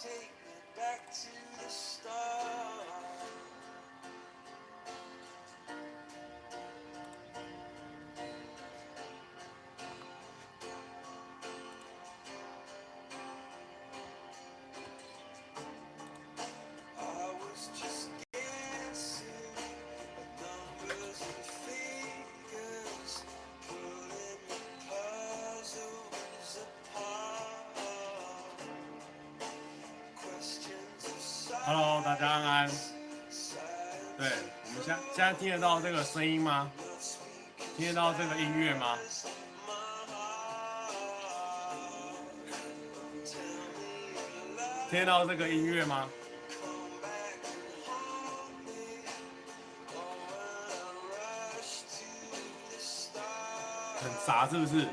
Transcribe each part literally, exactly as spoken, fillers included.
Hello， 大家安安。对，我们现现在听得到这个声音吗？听得到这个音乐吗？听得到这个音乐吗？很杂是不是？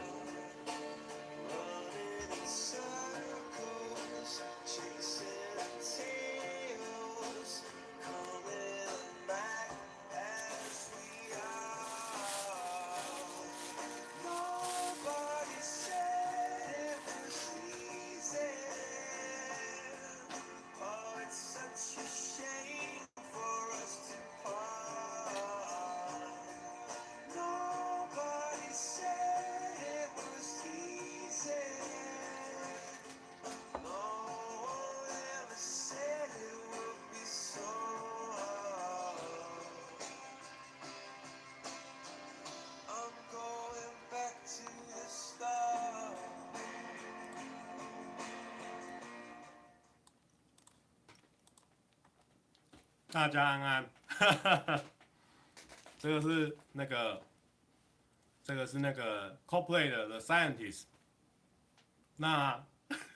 大家安安，这个是那个，这个是那个 Coldplay 的 The Scientist。那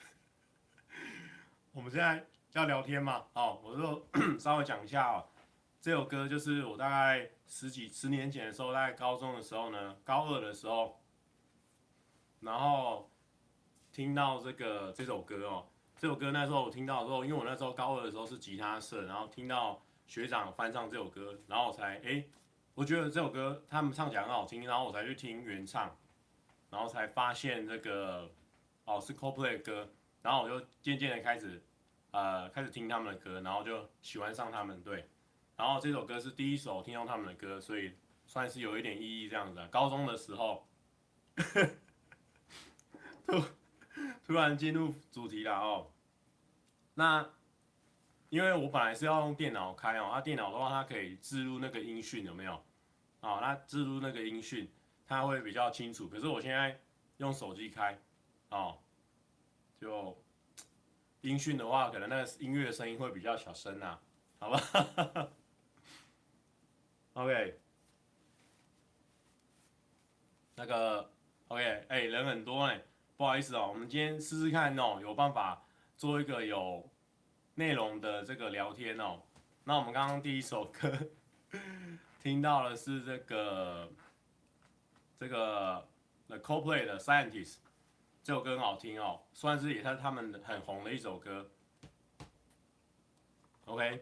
我们现在要聊天嘛？哦，我就稍微讲一下哦。这首歌就是我大概十几十年前的时候，在高中的时候呢，高二的时候，然后听到这个这首歌哦。这首歌那时候我听到的时候，因为我那时候高二的时候是吉他社，然后听到学长翻唱这首歌，然后我才哎，我觉得这首歌他们唱起来很好听，然后我才去听原唱，然后才发现这个哦是 Coldplay 的歌，然后我就渐渐的开始呃开始听他们的歌，然后就喜欢上他们对，然后这首歌是第一首听到他们的歌，所以算是有一点意义这样子、啊。高中的时候，突突然进入主题了哦。那因为我本来是要用电脑开哦，那、啊、电脑的话它可以置入那个音讯有没有？哦，那置入那个音讯它会比较清楚。可是我现在用手机开，哦，就音讯的话，可能那个音乐声音会比较小声啊，好吧？OK， 那个 OK， 哎、欸，人很多哎、欸，不好意思哦，我们今天试试看哦，有办法做一个有内容的这个聊天哦。那我们刚刚第一首歌听到的是这个这个 The Coldplay 的 Scientist， 这首歌很好听哦，算是也是他们很红的一首歌。OK，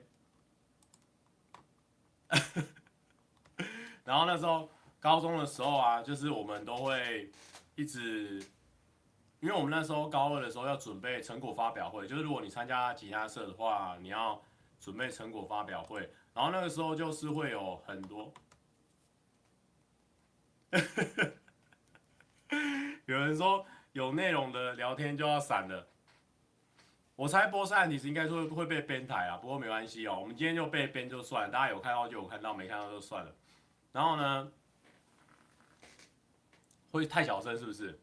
然后那时候高中的时候啊，就是我们都会一直，因为我们那时候高二的时候要准备成果发表会，就是如果你参加吉他社的话，你要准备成果发表会，然后那个时候就是会有很多，有人说有内容的聊天就要闪了。我猜波塞你是应该说会被编台啊，不过没关系哦，我们今天就被编就算了，大家有看到就有看到，没看到就算了。然后呢，会太小声是不是？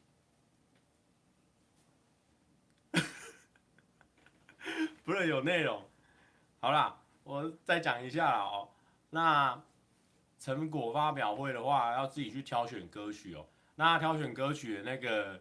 不是有内容。好啦，我再讲一下啦哦。那成果发表会的话，要自己去挑选歌曲哦。那挑选歌曲的那个，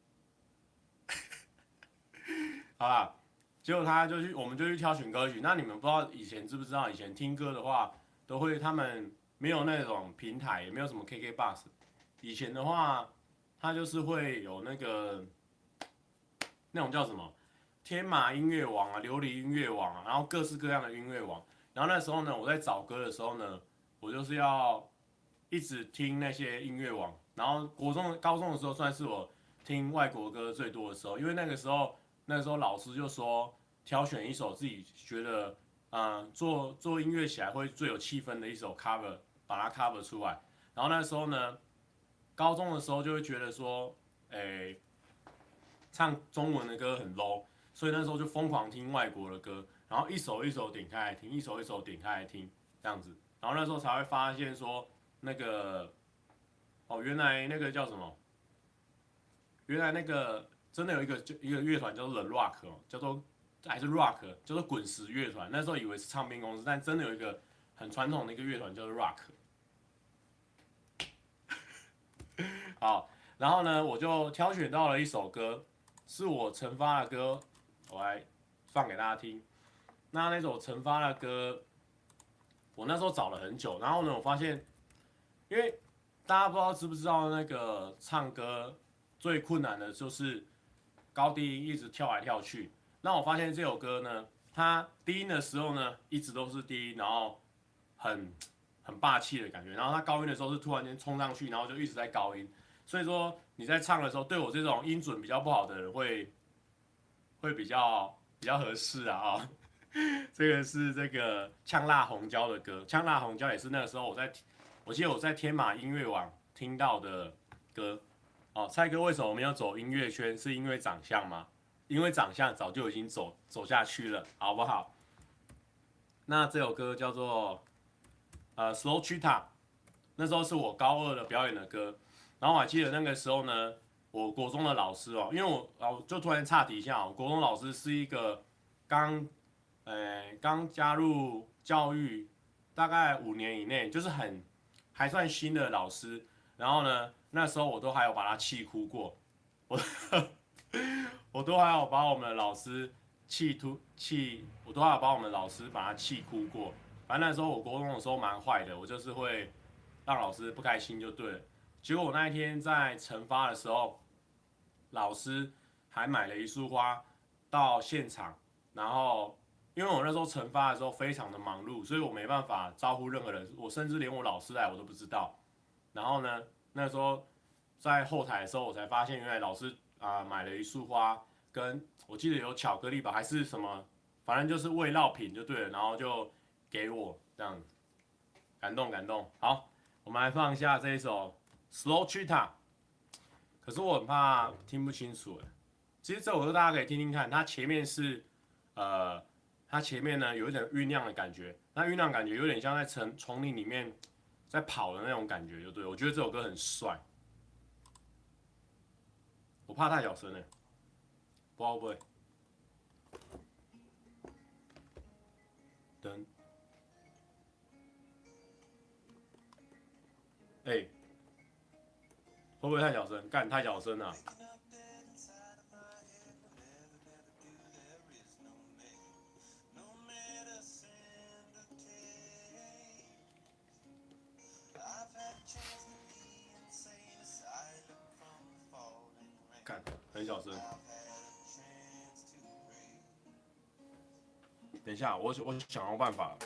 好啦，结果他就去，我们就去挑选歌曲。那你们不知道以前知不知道，以前听歌的话，都会他们没有那种平台，也没有什么 K K box。以前的话，它就是会有那个那种叫什么天马音乐网啊、琉璃音乐网啊，然后各式各样的音乐网。然后那时候呢，我在找歌的时候呢，我就是要一直听那些音乐网。然后国中、高中的时候，算是我听外国歌最多的时候，因为那个时候那时候老师就说挑选一首自己觉得，嗯，做做音乐起来会最有气氛的一首 cover， 把它 cover 出来。然后那时候呢，高中的时候就会觉得说，诶，唱中文的歌很 low， 所以那时候就疯狂听外国的歌，然后一首一首点开来听，一首一首点开来听，这样子。然后那时候才会发现说，那个，哦，原来那个叫什么？原来那个真的有一个一个乐团叫做 The Rock， 哦，叫做还是 Rock， 叫做滚石乐团。那时候以为是唱片公司，但真的有一个很传统的一个乐团叫做 Rock。好，然后呢，我就挑选到了一首歌，是我陈发的歌，我来放给大家听。那那首陈发的歌，我那时候找了很久，然后呢，我发现，因为大家不知道知不知道那个唱歌最困难的就是高低音一直跳来跳去。那我发现这首歌呢，它低音的时候呢，一直都是低音，然后很很霸气的感觉。然后它高音的时候是突然间冲上去，然后就一直在高音。所以说你在唱的时候，对我这种音准比较不好的人会会比较比较合适啊啊、哦。这个是这个呛辣红椒的歌，呛辣红椒也是那个时候我在，我记得我在天马音乐网听到的歌。哦，蔡哥为什么没有走音乐圈？是因为长相吗？因为长相早就已经走走下去了，好不好？那这首歌叫做呃 Slow Cheetah， 那时候是我高二的表演的歌。然后我还记得那个时候呢，我国中的老师哦，因为我哦就突然岔题一下，我国中老师是一个刚呃刚加入教育大概五年以内，就是很还算新的老师。然后呢，那时候我都还有把他气哭过，我我都还有把我们的老师气突气，我都还有把我们的老师把他气哭过。反正那时候我国中的时候蛮坏的，我就是会让老师不开心就对了。结果我那一天在惩罚的时候，老师还买了一束花到现场，然后因为我那时候惩罚的时候非常的忙碌，所以我没办法招呼任何人，我甚至连我老师来我都不知道。然后呢，那时候在后台的时候，我才发现原来老师啊、呃、买了一束花，跟我记得有巧克力吧，还是什么，反正就是味料品就对了，然后就给我这样，感动感动。好，我们来放一下这一首 Slow Cheetah， 可是我很怕听不清楚。其实这首歌大家可以听听看，它前面是呃，它前面呢有一点酝酿的感觉，那酝酿感觉有点像在丛丛林里面在跑的那种感觉，就对。我觉得这首歌很帅，我怕太小声了，不知道会不会。噔，哎、欸，会不会太小声？干太小声了、啊。干，很小声。等一下，我我想到办法了。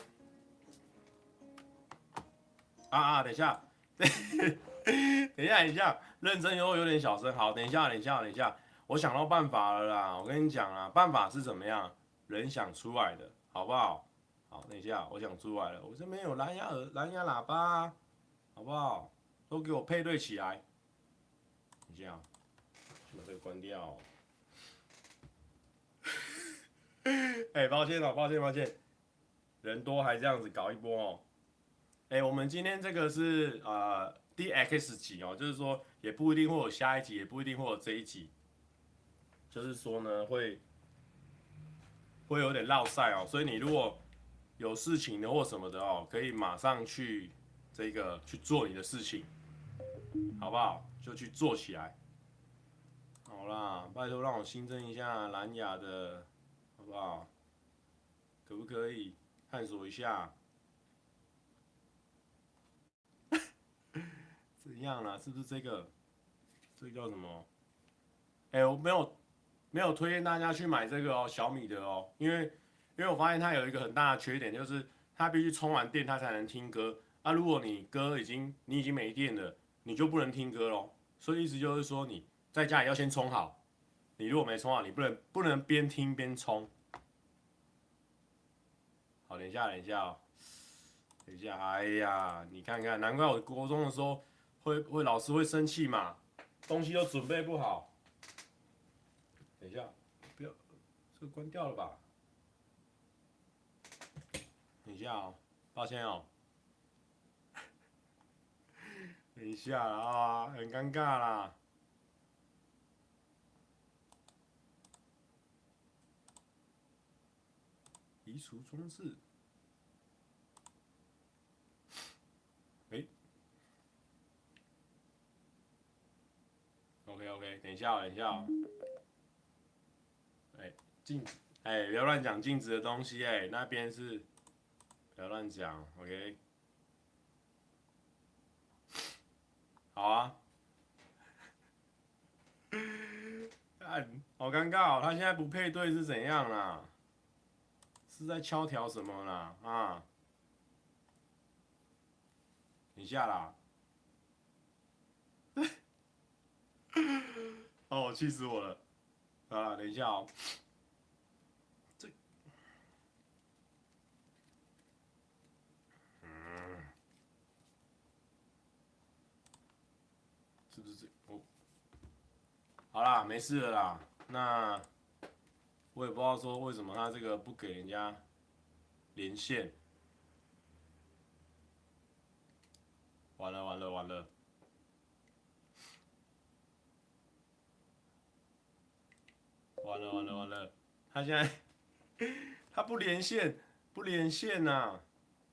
啊啊，等一下，等一下，等一下，认真又有点小声。好，等一下，等一下，等一下，我想到办法了啦。我跟你讲啊，办法是怎么样？人想出来的，好不好？好，等一下，我想出来了。我这边有蓝牙耳、蓝牙喇叭、啊，好不好？都给我配对起来。等一下，先把这个关掉。哎、欸，抱歉哦，抱歉，抱歉，人多还这样子搞一波哦。哎、欸，我们今天这个是呃 D X 集哦，就是说也不一定会有下一集，也不一定会有这一集，就是说呢会会有点落赛哦，所以你如果有事情的或什么的哦，可以马上去这个去做你的事情，好不好？就去做起来。好啦，拜托让我新增一下蓝牙的，好不好？可不可以探索一下？怎样啦？是不是这个？这个叫什么？哎、欸，我没有没有推荐大家去买这个哦，小米的哦，因为因为我发现它有一个很大的缺点，就是它必须充完电它才能听歌。啊，如果你歌已经你已经没电了，你就不能听歌咯。所以意思就是说你在家里要先充好， 你如果没冲好，你不能不能边听边冲。好，等一下，等一下哦，等一下，哎呀，你看看，难怪我国中的时候会会老师会生气嘛，东西都准备不好。等一下，不要，这个关掉了吧？等一下哦，抱歉哦。等一下啦啊，很尴尬啦。移除装置，哎，OK OK，等一下哦，等一下哦。哎，镜子，哎，不要乱讲镜子的东西，哎，那边是不要乱讲，OK。好啊，看，好尴尬哦，他现在不配对是怎样啦？是在敲条什么啦？啊，等一下啦，哦，气死我了！好啦，等一下哦，这，嗯，是不是这？哦，好啦，没事了啦。那我也不知道说为什么他这个不给人家连线，完了完了完了完了完了完了，他现在他不连线，不连线呐、啊。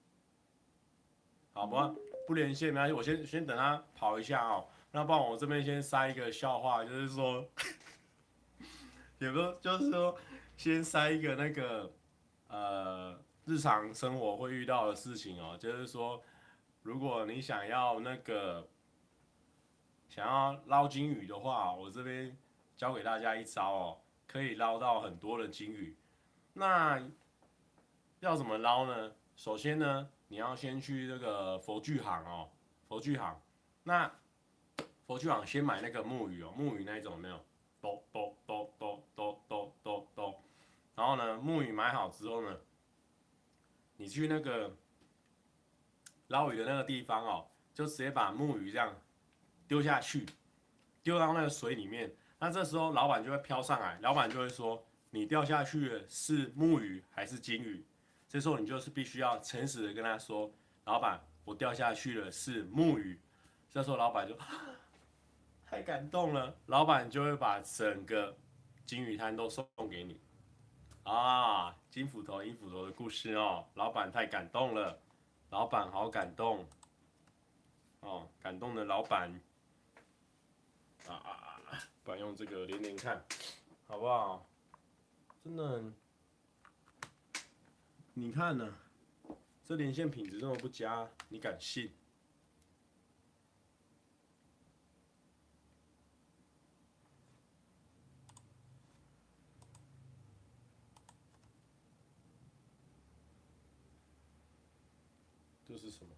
好吧，不连线没关系，我先先等他跑一下哦。那不然我这边先塞一个笑话，就是说，也不是，就是说，先塞一个那个呃日常生活会遇到的事情哦，就是说，如果你想要那个想要捞金鱼的话，我这边教给大家一招哦，可以捞到很多的金鱼。那要怎么捞呢？首先呢，你要先去这个佛具行哦，佛具行。那佛具行先买那个木鱼哦，木鱼那一种有没有？哆哆哆哆哆哆哆哆。然后呢，木鱼买好之后呢，你去那个捞鱼的那个地方哦，就直接把木鱼这样丢下去，丢到那个水里面。那这时候老板就会飘上来，老板就会说你掉下去的是木鱼还是金鱼？这时候你就是必须要诚实的跟他说，老板，我掉下去的是木鱼。这时候老板就太感动了，老板就会把整个金鱼摊都送给你啊！金斧头、银斧头的故事哦，老板太感动了，老板好感动哦，感动的老板啊啊啊！不然用这个连连看，好不好？真的很，你看呢、这连线品质这么不佳，你敢信？这是什么？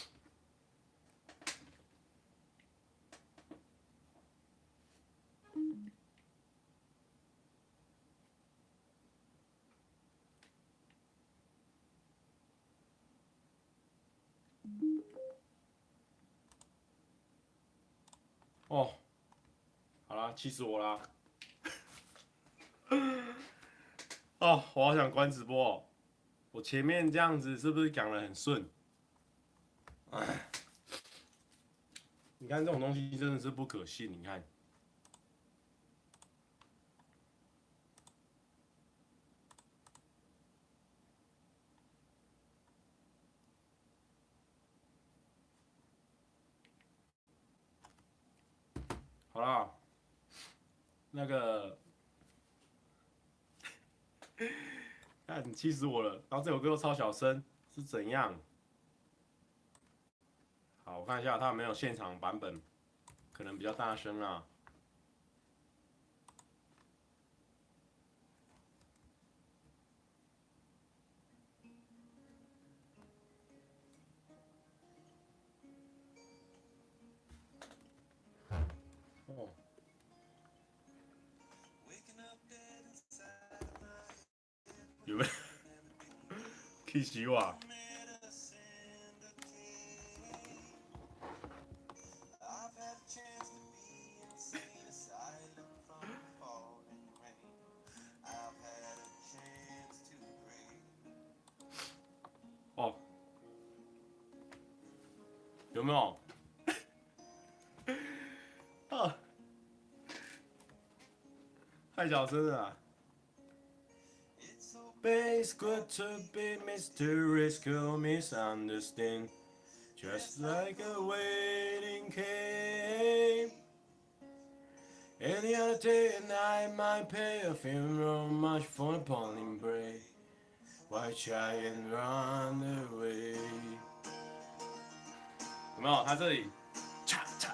哦，好啦，气死我啦！哦，我好想关直播哦。我前面这样子是不是讲的很顺？哎，你看这种东西真的是不可信。你看，好啦，那个，看你气死我了。然后这首歌又超小声，是怎样？好，我看一下它有没有现场版本，可能比较大声啊。哦， 有没有？气死我！哦，有没有？啊，太小声了啊。It's good to be mysterious, could misunderstand, just like a wedding cake. Any other day and I might pay a funeral much for a pony break. Why try and run away? 有没有？他这里，嚓嚓。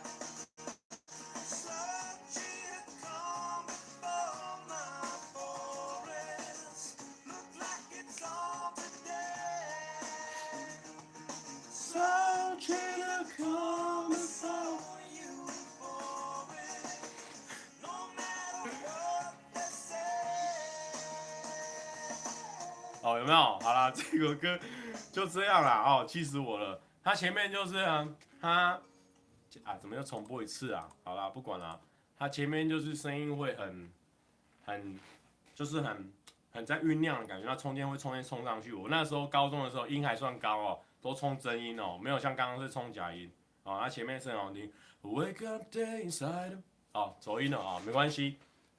哦，有没有？好啦，这个歌就这样啦。哦，气死我了。它前面就是啊，它啊，怎么又重播一次啊？好啦，不管啦。它前面就是声音会很很，就是很很在酝酿的感觉。那充电会充电充上去。我那时候高中的时候音还算高哦，都充真音哦，没有像刚刚是充假音。哦，它前面是很好听。Wake up day inside。哦，走音了啊、哦，没关系。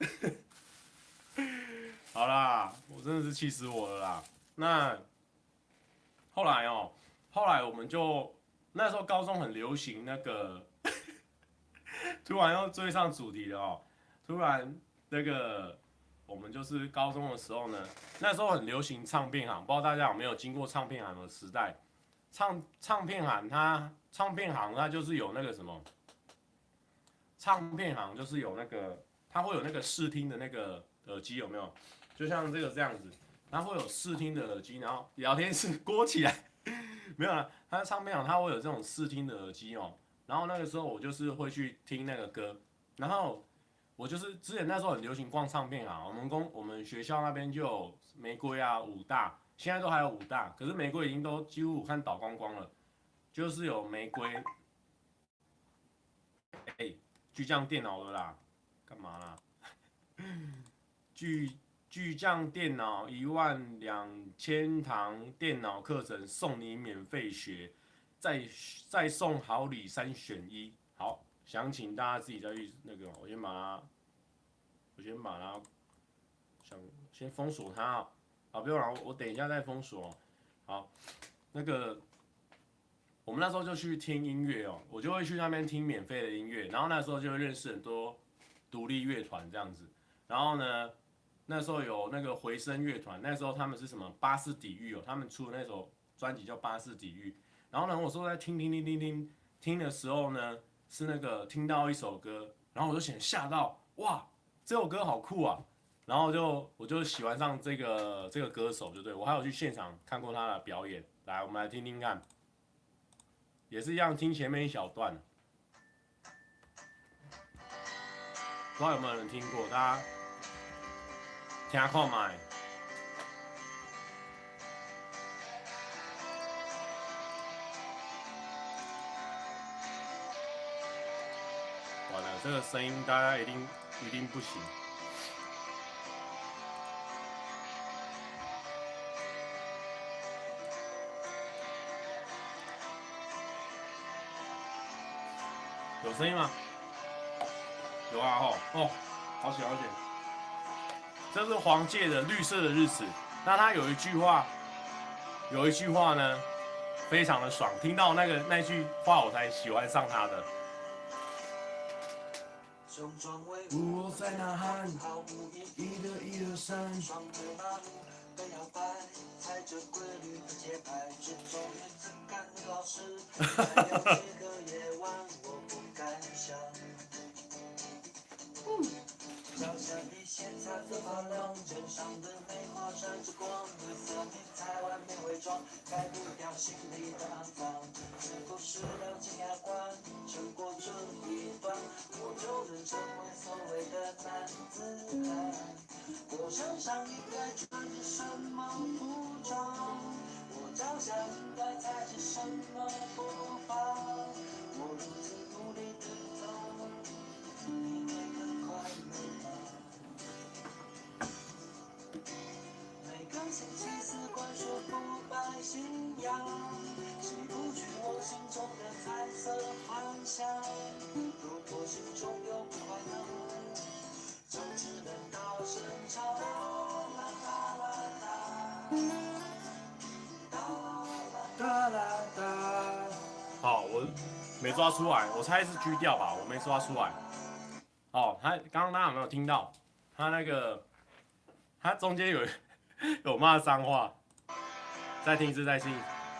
好啦，我真的是气死我了啦。那后来哦，后来我们就那时候高中很流行那个，突然又追上主题了哦。突然那个我们就是高中的时候呢，那时候很流行唱片行，不知道大家有没有经过唱片行的时代？唱唱片行它唱片行它就是有那个什么，唱片行就是有那个它会有那个试听的那个耳机有没有？就像这个这样子，它会有试听的耳机，然后聊天室郭起来，没有啦，它唱片行它会有这种试听的耳机哦。然后那个时候我就是会去听那个歌，然后我就是之前那时候很流行逛唱片行，我们公我们学校那边就有玫瑰啊、武大，现在都还有武大，可是玫瑰已经都几乎看倒光光了，就是有玫瑰，哎、欸，巨匠电脑的啦，干嘛啦？巨巨匠电脑一万两千堂电脑课程送你免费学，再再送好礼三选一。好，详情大家自己再去那个，我先把它，我先把它，想先封锁它啊，好，不用了，我等一下再封锁。好，那个我们那时候就去听音乐哦，我就会去那边听免费的音乐，然后那时候就会认识很多独立乐团这样子，然后呢。那时候有那个回声乐团，那时候他们是什么巴士底狱哦，他们出的那首专辑叫《巴士底狱》。然后呢，我说在听听听听听听的时候呢，是那个听到一首歌，然后我就想吓到，哇，这首歌好酷啊！然后就我就喜欢上这个这个歌手，就对我还有去现场看过他的表演。来，我们来听听看，也是一样听前面一小段，不知道有没有人听过，大家。听看卖，完了，这个声音大家一定一定不行。有声音吗？有啊吼哦，好险好险。这是黄玠的《绿色的日子》，那他有一句话，有一句话呢，非常的爽，听到那个那句话我才喜欢上他的。我在呐喊，一的一二三。脚下一线擦着发亮，肩上的梅花闪着光，绿色迷彩外面伪装，盖不掉心里的肮脏。是不是两斤牙关撑过这一段，我就能成为所谓的男子汉？ 我身上应该穿着什么服装？我脚下应该踩着什么步伐？我如此努力的走，你会更快乐吗？每个星期四灌输腐败信仰，洗不去我心中的彩色幻想。如果心中有快乐，就只能大声唱啦啦啦啦，哒啦哒。 好，我没抓出来，我猜是 G 调吧，我没抓出来。哦，他刚刚大家有没有听到？他那个，他中间有有骂脏话，再听一次，再听。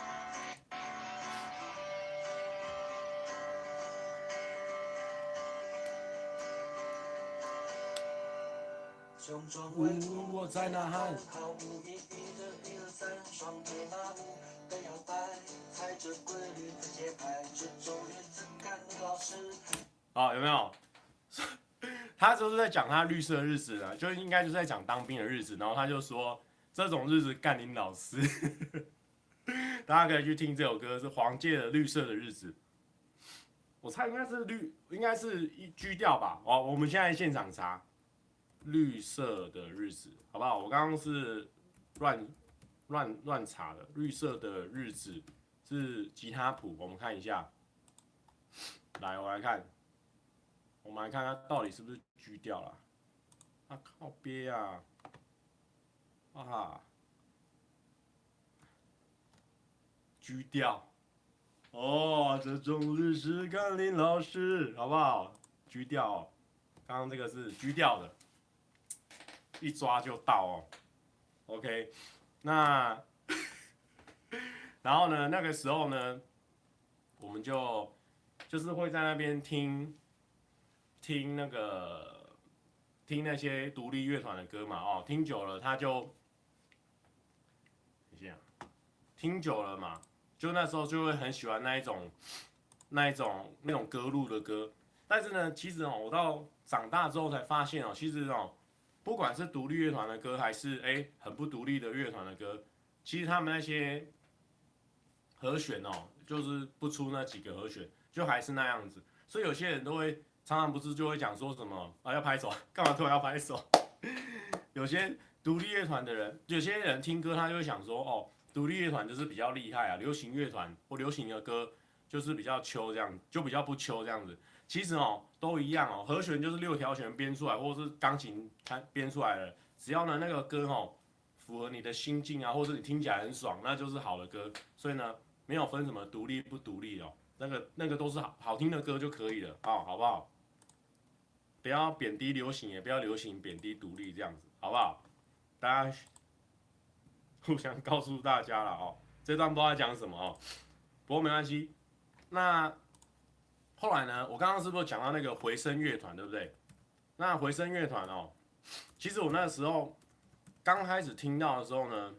胸中为我在呐喊，毫无意义的一二三，双腿麻木的摇摆，踩着规律的节拍，这种日子干你老师。 好，有没有？他就是在讲他绿色的日子呢，就应该就是在讲当兵的日子，然后他就说这种日子干你老师。大家可以去听这首歌，是黄玠的《绿色的日子》。我猜应该是绿，应该是一 G 调吧。哦，我们现在现场查。绿色的日子，好不好？我刚刚是乱乱乱查的。绿色的日子是吉他谱，我们看一下。来，我来看，我们来看它到底是不是 G 调啦？啊靠憋啊！啊 ，G 调。哦，这种日子甘霖老师，好不好 ？G 调、哦，刚刚这个是 G 调的。一抓就到哦 ，OK， 那然后呢，那个时候呢，我们就就是会在那边听听那个听那些独立乐团的歌嘛，哦，听久了他就，等一下，听久了嘛，就那时候就会很喜欢那一种那一种那种歌路的歌，但是呢，其实哦，我到长大之后才发现哦，其实哦。不管是独立乐团的歌，还是哎、欸、很不独立的乐团的歌，其实他们那些和弦哦，就是不出那几个和弦，就还是那样子。所以有些人都会常常不是就会讲说什么啊要拍手，干嘛突然要拍手？有些独立乐团的人，有些人听歌他就会想说哦，独立乐团就是比较厉害啊，流行乐团或流行的歌就是比较秋这样，就比较不秋这样子。其实哦都一样哦，和弦就是六条弦编出来，或者是钢琴弹编出来的，只要呢那个歌哦符合你的心境啊，或者你听起来很爽，那就是好的歌。所以呢没有分什么独立不独立哦，那个那个都是好好听的歌就可以了哦，好不好？不要贬低流行，也不要流行贬低独立这样子，好不好？大家互相告诉大家了哦，这段不知道在讲什么哦，不过没关系，那。后来呢，我刚刚是不是讲到那个回声乐团，对不对？那回声乐团哦，其实我那时候刚开始听到的时候呢，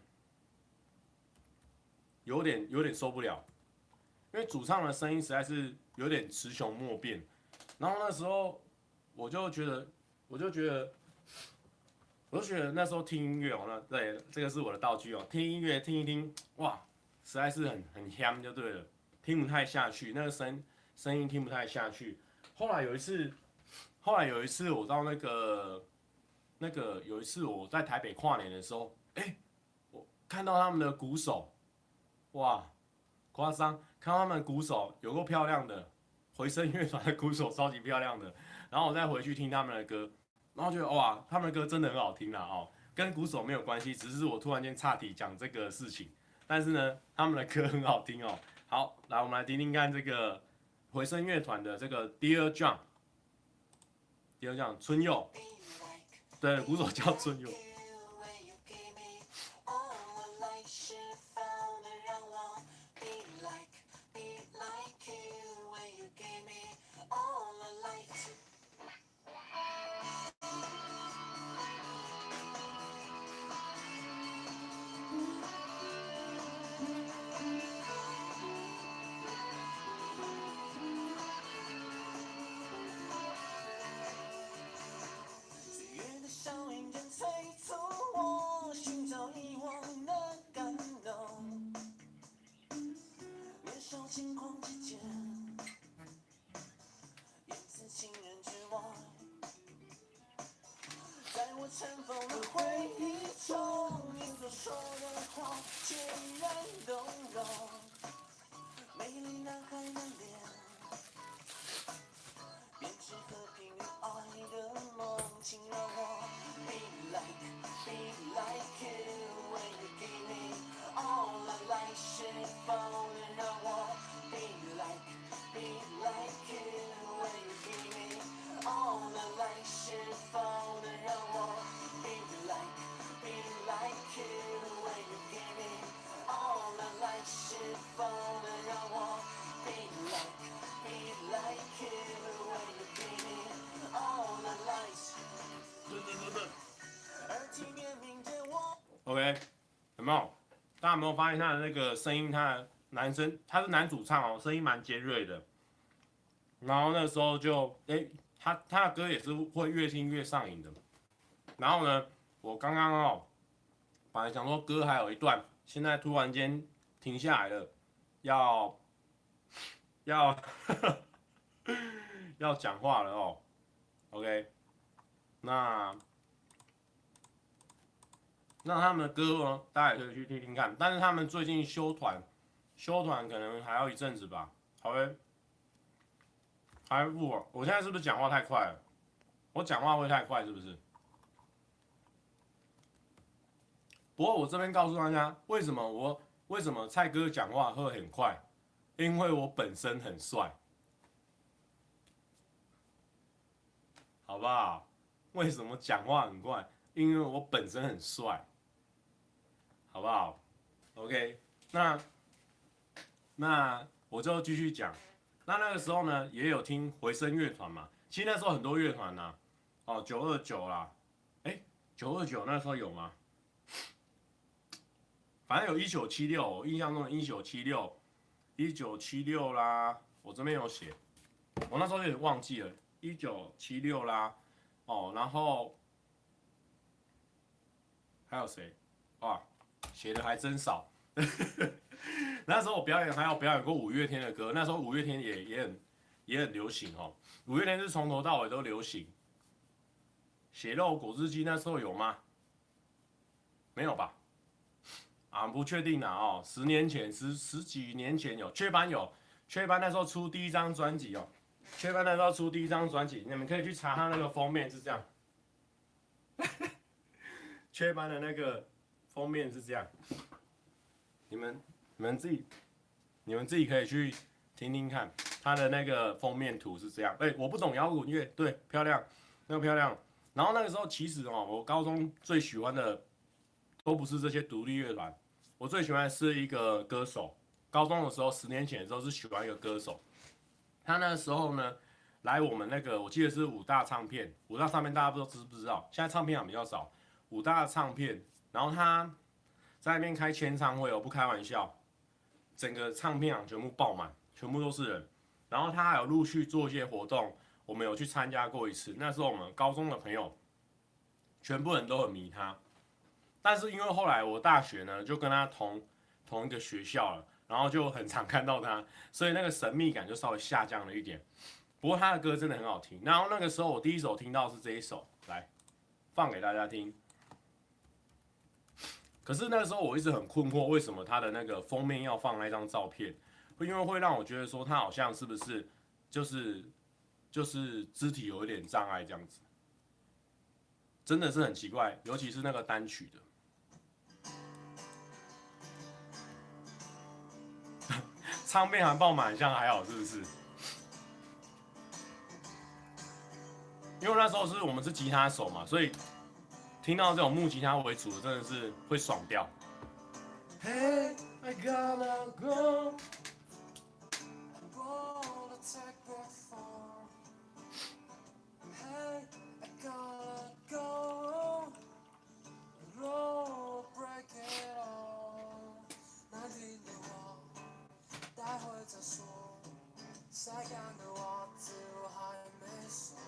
有点有点受不了，因为主唱的声音实在是有点雌雄莫辨。然后那时候我就觉得，我就觉得，我就觉得那时候听音乐哦，那对，这个是我的道具哦，听音乐听一听，哇，实在是很很香就对了，听不太下去，那个声。声音听不太下去。后来有一次，后来有一次我到那个那个有一次我在台北跨年的时候，哎、欸，我看到他们的鼓手，哇，夸张！看到他们鼓手有够漂亮的，回声乐团的鼓手超级漂亮的。然后我再回去听他们的歌，然后觉得哇，他们的歌真的很好听啦哦，跟鼓手没有关系，只是我突然间岔题讲这个事情。但是呢，他们的歌很好听哦。好，来我们来听听看这个。回声乐团的这个 Dear John，Dear John 春佑，对，鼓手叫春佑。 笑颜间催我尘封了回忆中，你所说的话全然动容。美丽男孩的脸，编织和平与爱的梦，请让我 be like, be like you when you give me all my life， 是否能让我 be like, be like you when you give me all my life， 是否能让我 be like, be like you when you give me all my life， 是否能让我 be like, be like you when you give me all my life。耳提面命着我。 OK， 有没有？大家有没有发现他的那个声音？他的男生他是男主唱哦，声音蛮尖锐的。然后那时候就，哎、欸，他他的歌也是会越听越上瘾的。然后呢，我刚刚哦，本来想说歌还有一段，现在突然间停下来了，要要要讲话了哦。OK， 那那他们的歌呢，大家也可以去听听看。但是他们最近休团，休团可能还要一阵子吧。好嘞，还不，我现在是不是讲话太快了？我讲话会太快是不是？不过我这边告诉大家，为什么我为什么蔡哥讲话会很快？因为我本身很帅，好不好？为什么讲话很快？因为我本身很帅，好不好 ？OK， 那那我就继续讲。那那个时候呢，也有听回声乐团嘛。其实那时候很多乐团呐，哦，九二九啦，哎、欸，九二九那时候有吗？反正有一九七六，我印象中的一九七六，一九七六啦，我这边有写，我那时候有点忘记了，一九七六啦，哦，然后还有谁？哇，写的还真少。那时候我表演还有表演过五月天的歌，那时候五月天也也很也很流行哦。五月天是从头到尾都流行。血肉果汁机那时候有吗？没有吧？啊，不确定啦哦。十年前十十几年前有，雀斑有，雀斑那时候出第一张专辑哦。雀斑那时候出第一张专辑，你们可以去查他那个封面是这样。雀斑的那个封面是这样，你们你们自己你们自己可以去听听看，它的那个封面图是这样。哎、欸，我不懂摇滚乐，对，漂亮，那个漂亮。然后那个时候其实哦，我高中最喜欢的都不是这些独立乐团，我最喜欢的是一个歌手。高中的时候，十年前的时候是喜欢一个歌手，他那个时候呢来我们那个，我记得是五大唱片，五大唱片大家不知道知不知道？现在唱片行比较少。五大唱片，然后他在那边开签唱会哦，不开玩笑，整个唱片行全部爆满，全部都是人。然后他还有陆续做一些活动，我们有去参加过一次。那时候我们高中的朋友，全部人都很迷他。但是因为后来我大学呢，就跟他同同一个学校了，然后就很常看到他，所以那个神秘感就稍微下降了一点。不过他的歌真的很好听。然后那个时候我第一首听到是这一首，来放给大家听。可是那个时候我一直很困惑，为什么他的那个封面要放那张照片？因为会让我觉得说他好像是不是就是就是肢体有一点障碍这样子，真的是很奇怪，尤其是那个单曲的，唱片行爆满像还好是不是？因为那时候是我们是吉他手嘛，所以听到这种木吉他为主的，真的是会爽掉。Hey, I gotta go. Hey, I gotta go. Roll, break it all. 难听的话，待会再说。晒干的袜子我还没收。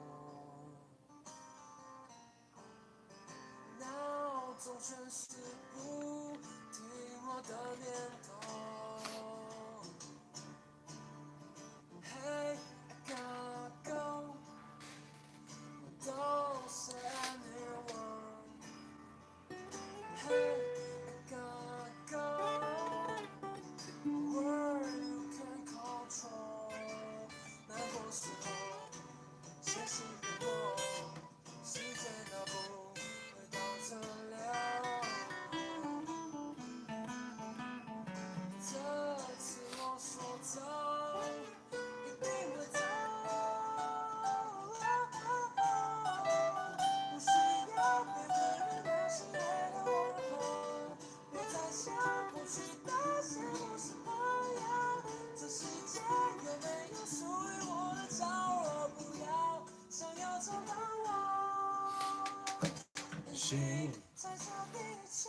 闹钟全是不听我的念头。Hey, I gotta go. Don't say anyone. 心。 在这里走。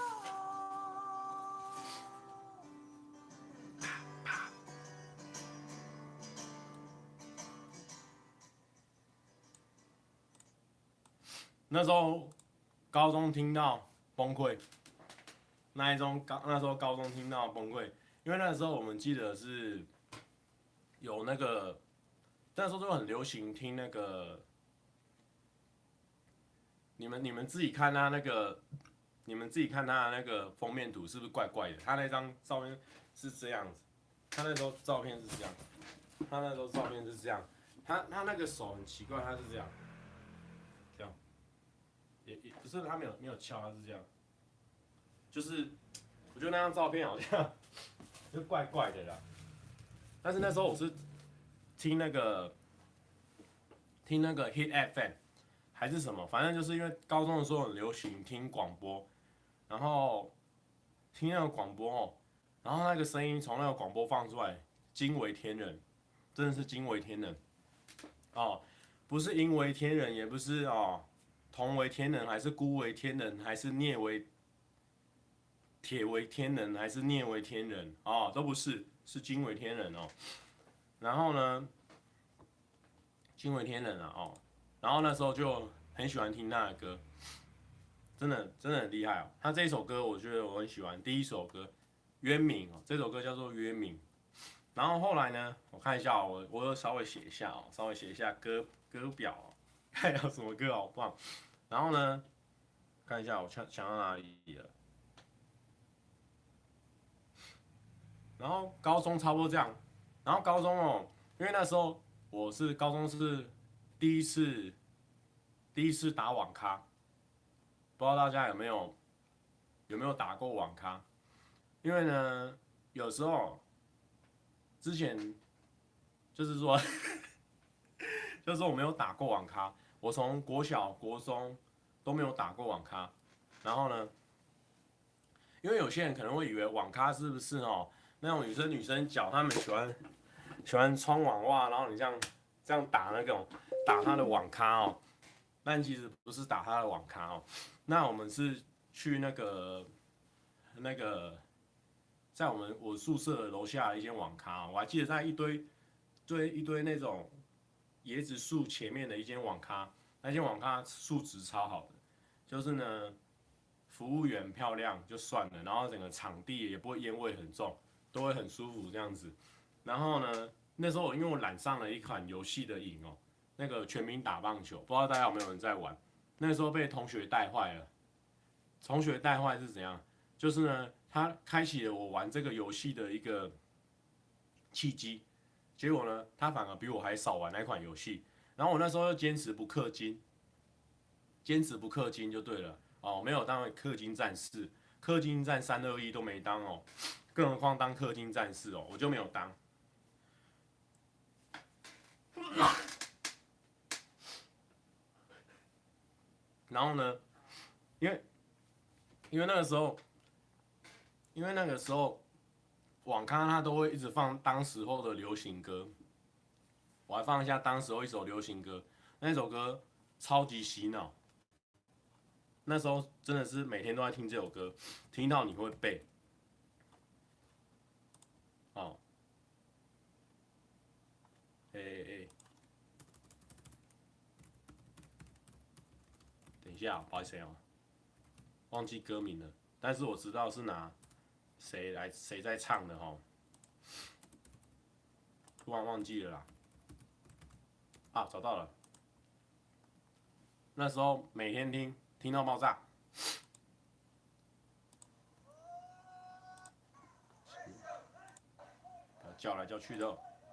那时候高中听到崩溃，那一种高那时候高中听到崩溃，因为那时候我们记得是有那个那时候都很流行听那个，你们你们自己看他那个，你们自己看他的那个封面图是不是怪怪的？他那张照片是这样子，他那时候照片是这样，他那时候照片是这样，他他那个手很奇怪，他是这样，这样。也也不是他没有没有敲，他是这样，就是我觉得那张照片好像就怪怪的啦。但是那时候我是听那个听那个 Hit F M 还是什么，反正就是因为高中的时候很流行听广播，然后听那个广播哦，然后那个声音从那个广播放出来，惊为天人，真的是惊为天人哦，不是惊为天人，也不是哦。同为天人，还是孤为天人，还是孽为铁为天人，还是孽为天人哦，都不是，是惊为天人哦。然后呢，惊为天人啊哦，然后那时候就很喜欢听他的歌，真的真的很厉害哦。他这一首歌我觉得我很喜欢，第一首歌《渊明》哦，这首歌叫做《渊明》。然后后来呢，我看一下、哦、我我又稍微写一下哦，稍微写一下歌歌表哦，看有什么歌好棒。然后呢，看一下我想想到哪里了。然后高中差不多这样，然后高中哦，因为那时候我是高中是第一次第一次打网咖，不知道大家有没有有没有打过网咖？因为呢，有时候之前就是说就是说我没有打过网咖，我从国小国中都没有打过网咖，然后呢，因为有些人可能会以为网咖是不是哦，那种女生女生脚她们喜欢喜欢穿网袜，然后你这样这样打那种打她的网咖哦，但其实不是打她的网咖哦，那我们是去那个那个在我们我宿舍的楼下的一间网咖、哦，我还记得在一堆堆一堆那种椰子树前面的一间网咖，那间网咖素质超好的，就是呢。服务员漂亮就算了，然后整个场地也不会烟味很重，都会很舒服这样子。然后呢，那时候因为我染上了一款游戏的瘾哦，那个全民打棒球，不知道大家有没有人在玩？那时候被同学带坏了。同学带坏是怎样？就是呢，他开启了我玩这个游戏的一个契机，结果呢，他反而比我还少玩那款游戏。然后我那时候又坚持不氪金，坚持不氪金就对了。哦，没有当氪金战士，氪金战三二一都没当哦，更何况当氪金战士哦，我就没有当。然后呢，因为因为那个时候，因为那个时候网咖它都会一直放当时候的流行歌，我还放一下当时候一首流行歌，那首歌超级洗脑。那时候真的是每天都在听这首歌，听到你会背。哦，哎哎哎，等一下，不好意思哦，忘记歌名了，但是我知道是拿谁来谁在唱的哦，突然忘记了啦。啊，找到了，那时候每天听，听到爆炸。叫来叫去的。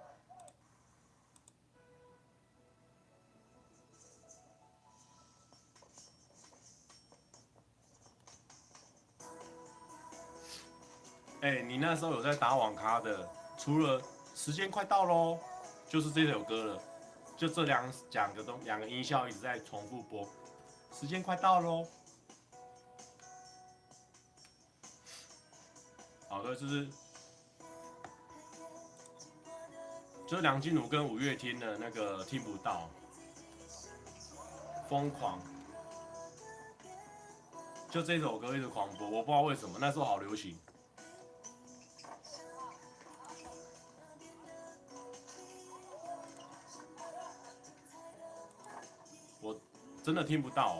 哎、欸，你那时候有在打网咖的，除了时间快到喽，就是这首歌了，就这两两个东两个音效一直在重复播，时间快到喽。好的，就是就是梁静茹跟五月天的那个听不到，疯狂。 就这首歌一直狂播，我不知道为什么，那时候好流行。我真的听不到、哦。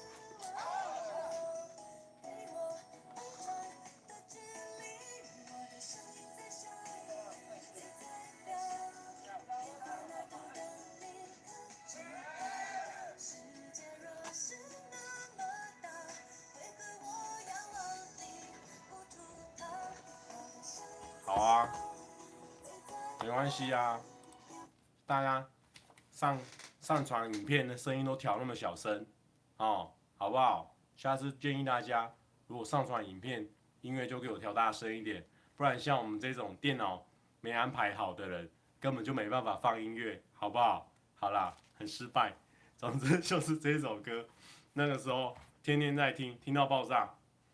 好啊，没关系啊，大家上上传影片的声音都调那么小声，哦，好不好？下次建议大家，如果上传影片，音乐就给我调大声一点，不然像我们这种电脑没安排好的人，根本就没办法放音乐，好不好？好啦，很失败。总之就是这首歌，那个时候天天在听，听到爆炸。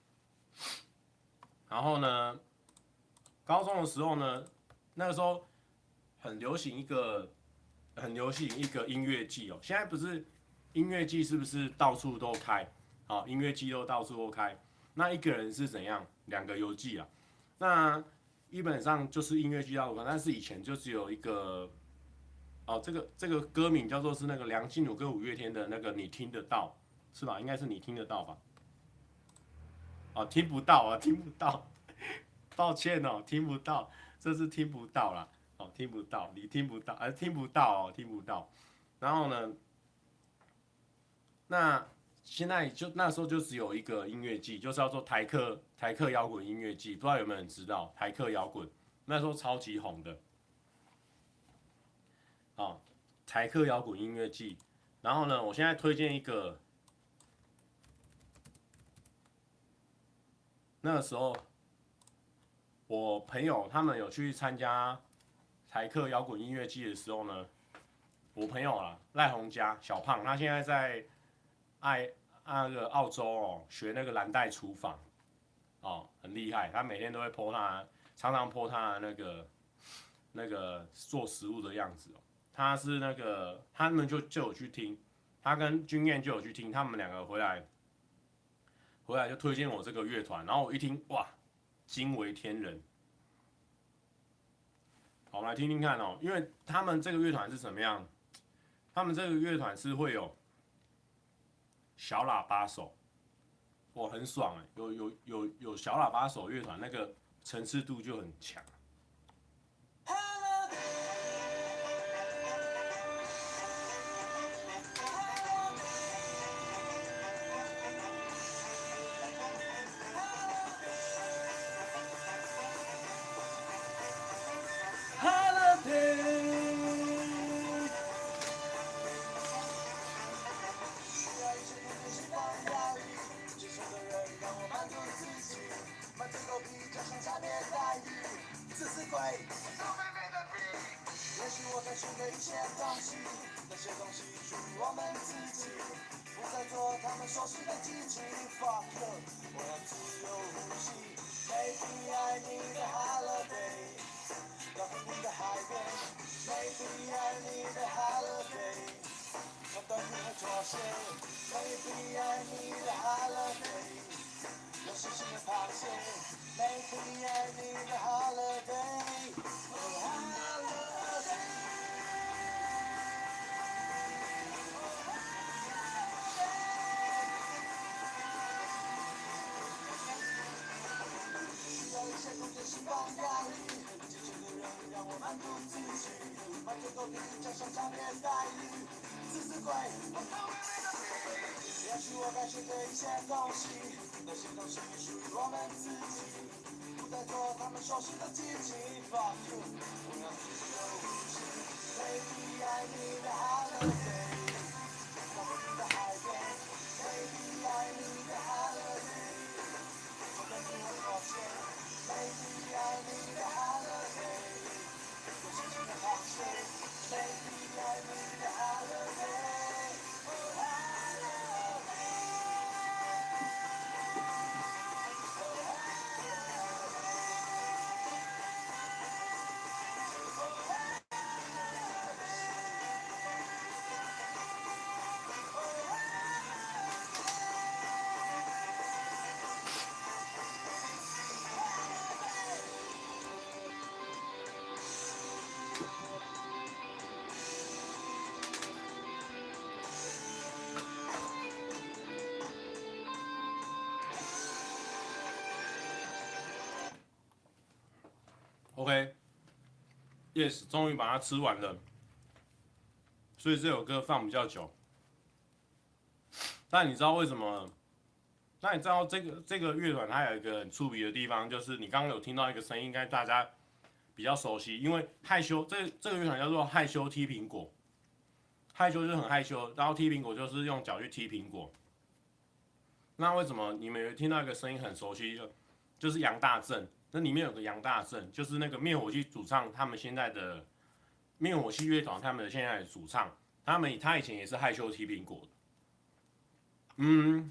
然后呢？高中的时候呢，那个时候很流行一个很流行一个音乐季哦。现在不是音乐季是不是到处都开？啊，音乐季都到处都开。那一个人是怎样？两个游记啊。那基本上就是音乐季到处开，但是以前就只有一个哦，这个这个歌名叫做是那个梁静茹跟五月天的那个你听得到是吧？应该是你听得到吧？哦，听不到啊，听不到。抱歉哦，听不到，这是听不到啦，哦，听不到，你听不到，哎、呃，听不到哦，听不到。然后呢，那现在就那时候就只有一个音乐季，就是叫做台客台客摇滚音乐季，不知道有没有人知道台客摇滚？那时候超级红的，哦，台客摇滚音乐季。然后呢，我现在推荐一个，那个时候。我朋友他们有去参加台客摇滚音乐季的时候呢，我朋友啦赖鸿嘉小胖，他现在在爱那个澳洲哦学那个蓝带厨房哦，很厉害，他每天都会 po 他，常常 po 他那个那个做食物的样子哦。他是那个他们就就有去听，他跟君燕就有去听，他们两个回来回来就推荐我这个乐团，然后我一听哇。惊为天人。好，我们来听听看哦，因为他们这个乐团是什么样？他们这个乐团是会有小喇叭手，哇，很爽哎！有有有有小喇叭手乐团，那个层次度就很强。 OK，Yes，、okay, 终于把它吃完了，所以这首歌放比较久。但你知道为什么？那你知道这个这个乐团它有一个很出名的地方，就是你刚刚有听到一个声音，应该大家比较熟悉，因为害羞这这个乐团叫做害羞踢苹果，害羞就是很害羞，然后踢苹果就是用脚去踢苹果。那为什么你们有听到一个声音很熟悉，就是杨大正？那里面有个杨大正，就是那个灭火器主唱，他们现在的灭火器乐团他们的现在的主唱，他们他以前也是害羞踢苹果的。嗯。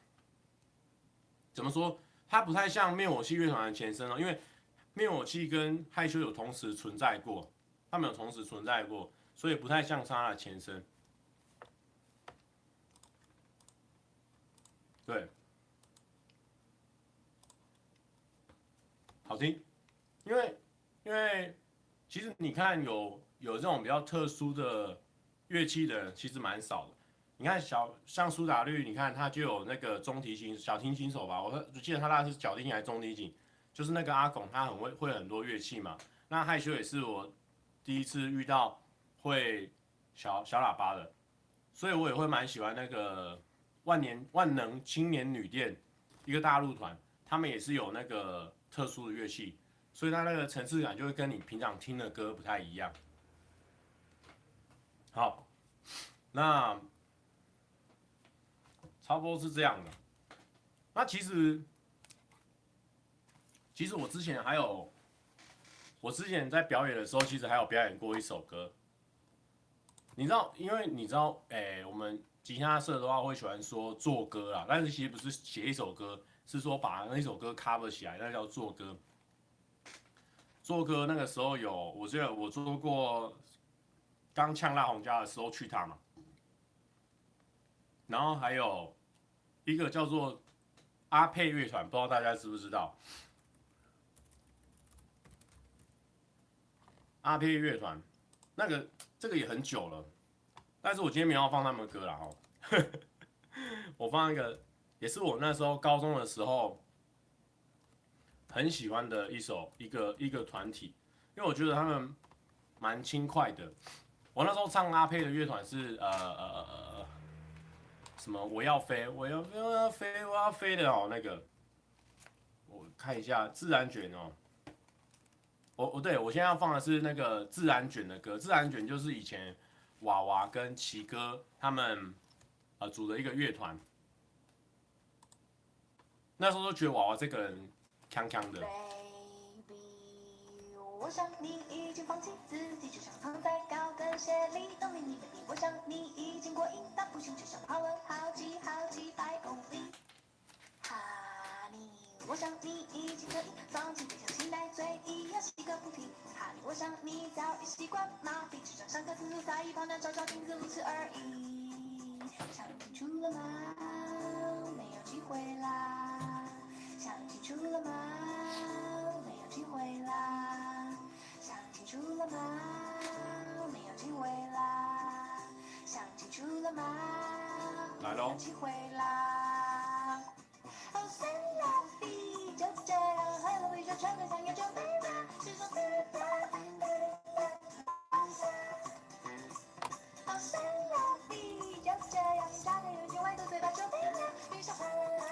怎么说？它不太像灭火器乐团的前身哦，因为灭火器跟害羞有同时存在过，他们有同时存在过，所以不太像它的前身。对，好听，因为因为其实你看有有这种比较特殊的乐器的人其实蛮少的。你看小像苏打绿，你看他就有那个中提琴、小提琴手吧，我记得他那是小提琴还是中提琴，就是那个阿拱，他很会会很多乐器嘛。那害羞也是我第一次遇到会小小喇叭的，所以我也会蛮喜欢那个万年万能青年旅店，一个大陆团，他们也是有那个特殊的乐器，所以它那个层次感就会跟你平常听的歌不太一样。好，那。差不多是这样的。那其实，其实我之前还有，我之前在表演的时候，其实还有表演过一首歌。你知道，因为你知道，哎、欸，我们吉他社的话会喜欢说做歌啦，但是其实不是写一首歌，是说把那首歌 cover 起来，那叫做歌。做歌那个时候有，我记得我做过刚呛辣红家的时候去他嘛，然后还有。一个叫做阿佩乐团，不知道大家知不知道？阿佩乐团，那个这个也很久了，但是我今天没有放他们的歌啦哈。我放一个，也是我那时候高中的时候很喜欢的一首一个一个团体，因为我觉得他们蛮轻快的。我那时候唱阿佩的乐团是呃呃呃。什么？我要飞，我要飞，我要飞，我要飞的哦。那个，我看一下自然卷哦。我我对我现在要放的是那个自然卷的歌。自然卷就是以前娃娃跟奇哥他们呃组的一个乐团。那时候都觉得娃娃这个人锵锵的。 我想你已经放弃自己，就像藏在高跟鞋里等你你的你。我想你已经过瘾到不行，就像跑了好几好几百公里。哈尼，我想你已经可以放弃，就像期待醉一样洗个不停。哈尼，我想你早已习惯麻痹，就像上课自在一旁的照照镜子，如此而已。想清楚了吗？没有机会啦。想清楚了吗？没有机会啦。想清楚了吗？没有机会啦。想清楚了吗？ 来喽。 没有机会啦。哦，三拉比就这样，喝了杯酒，穿个想要就没了，是种自然。哦，三拉比就这样，眨个眼睛，歪个嘴巴就没了，遇上。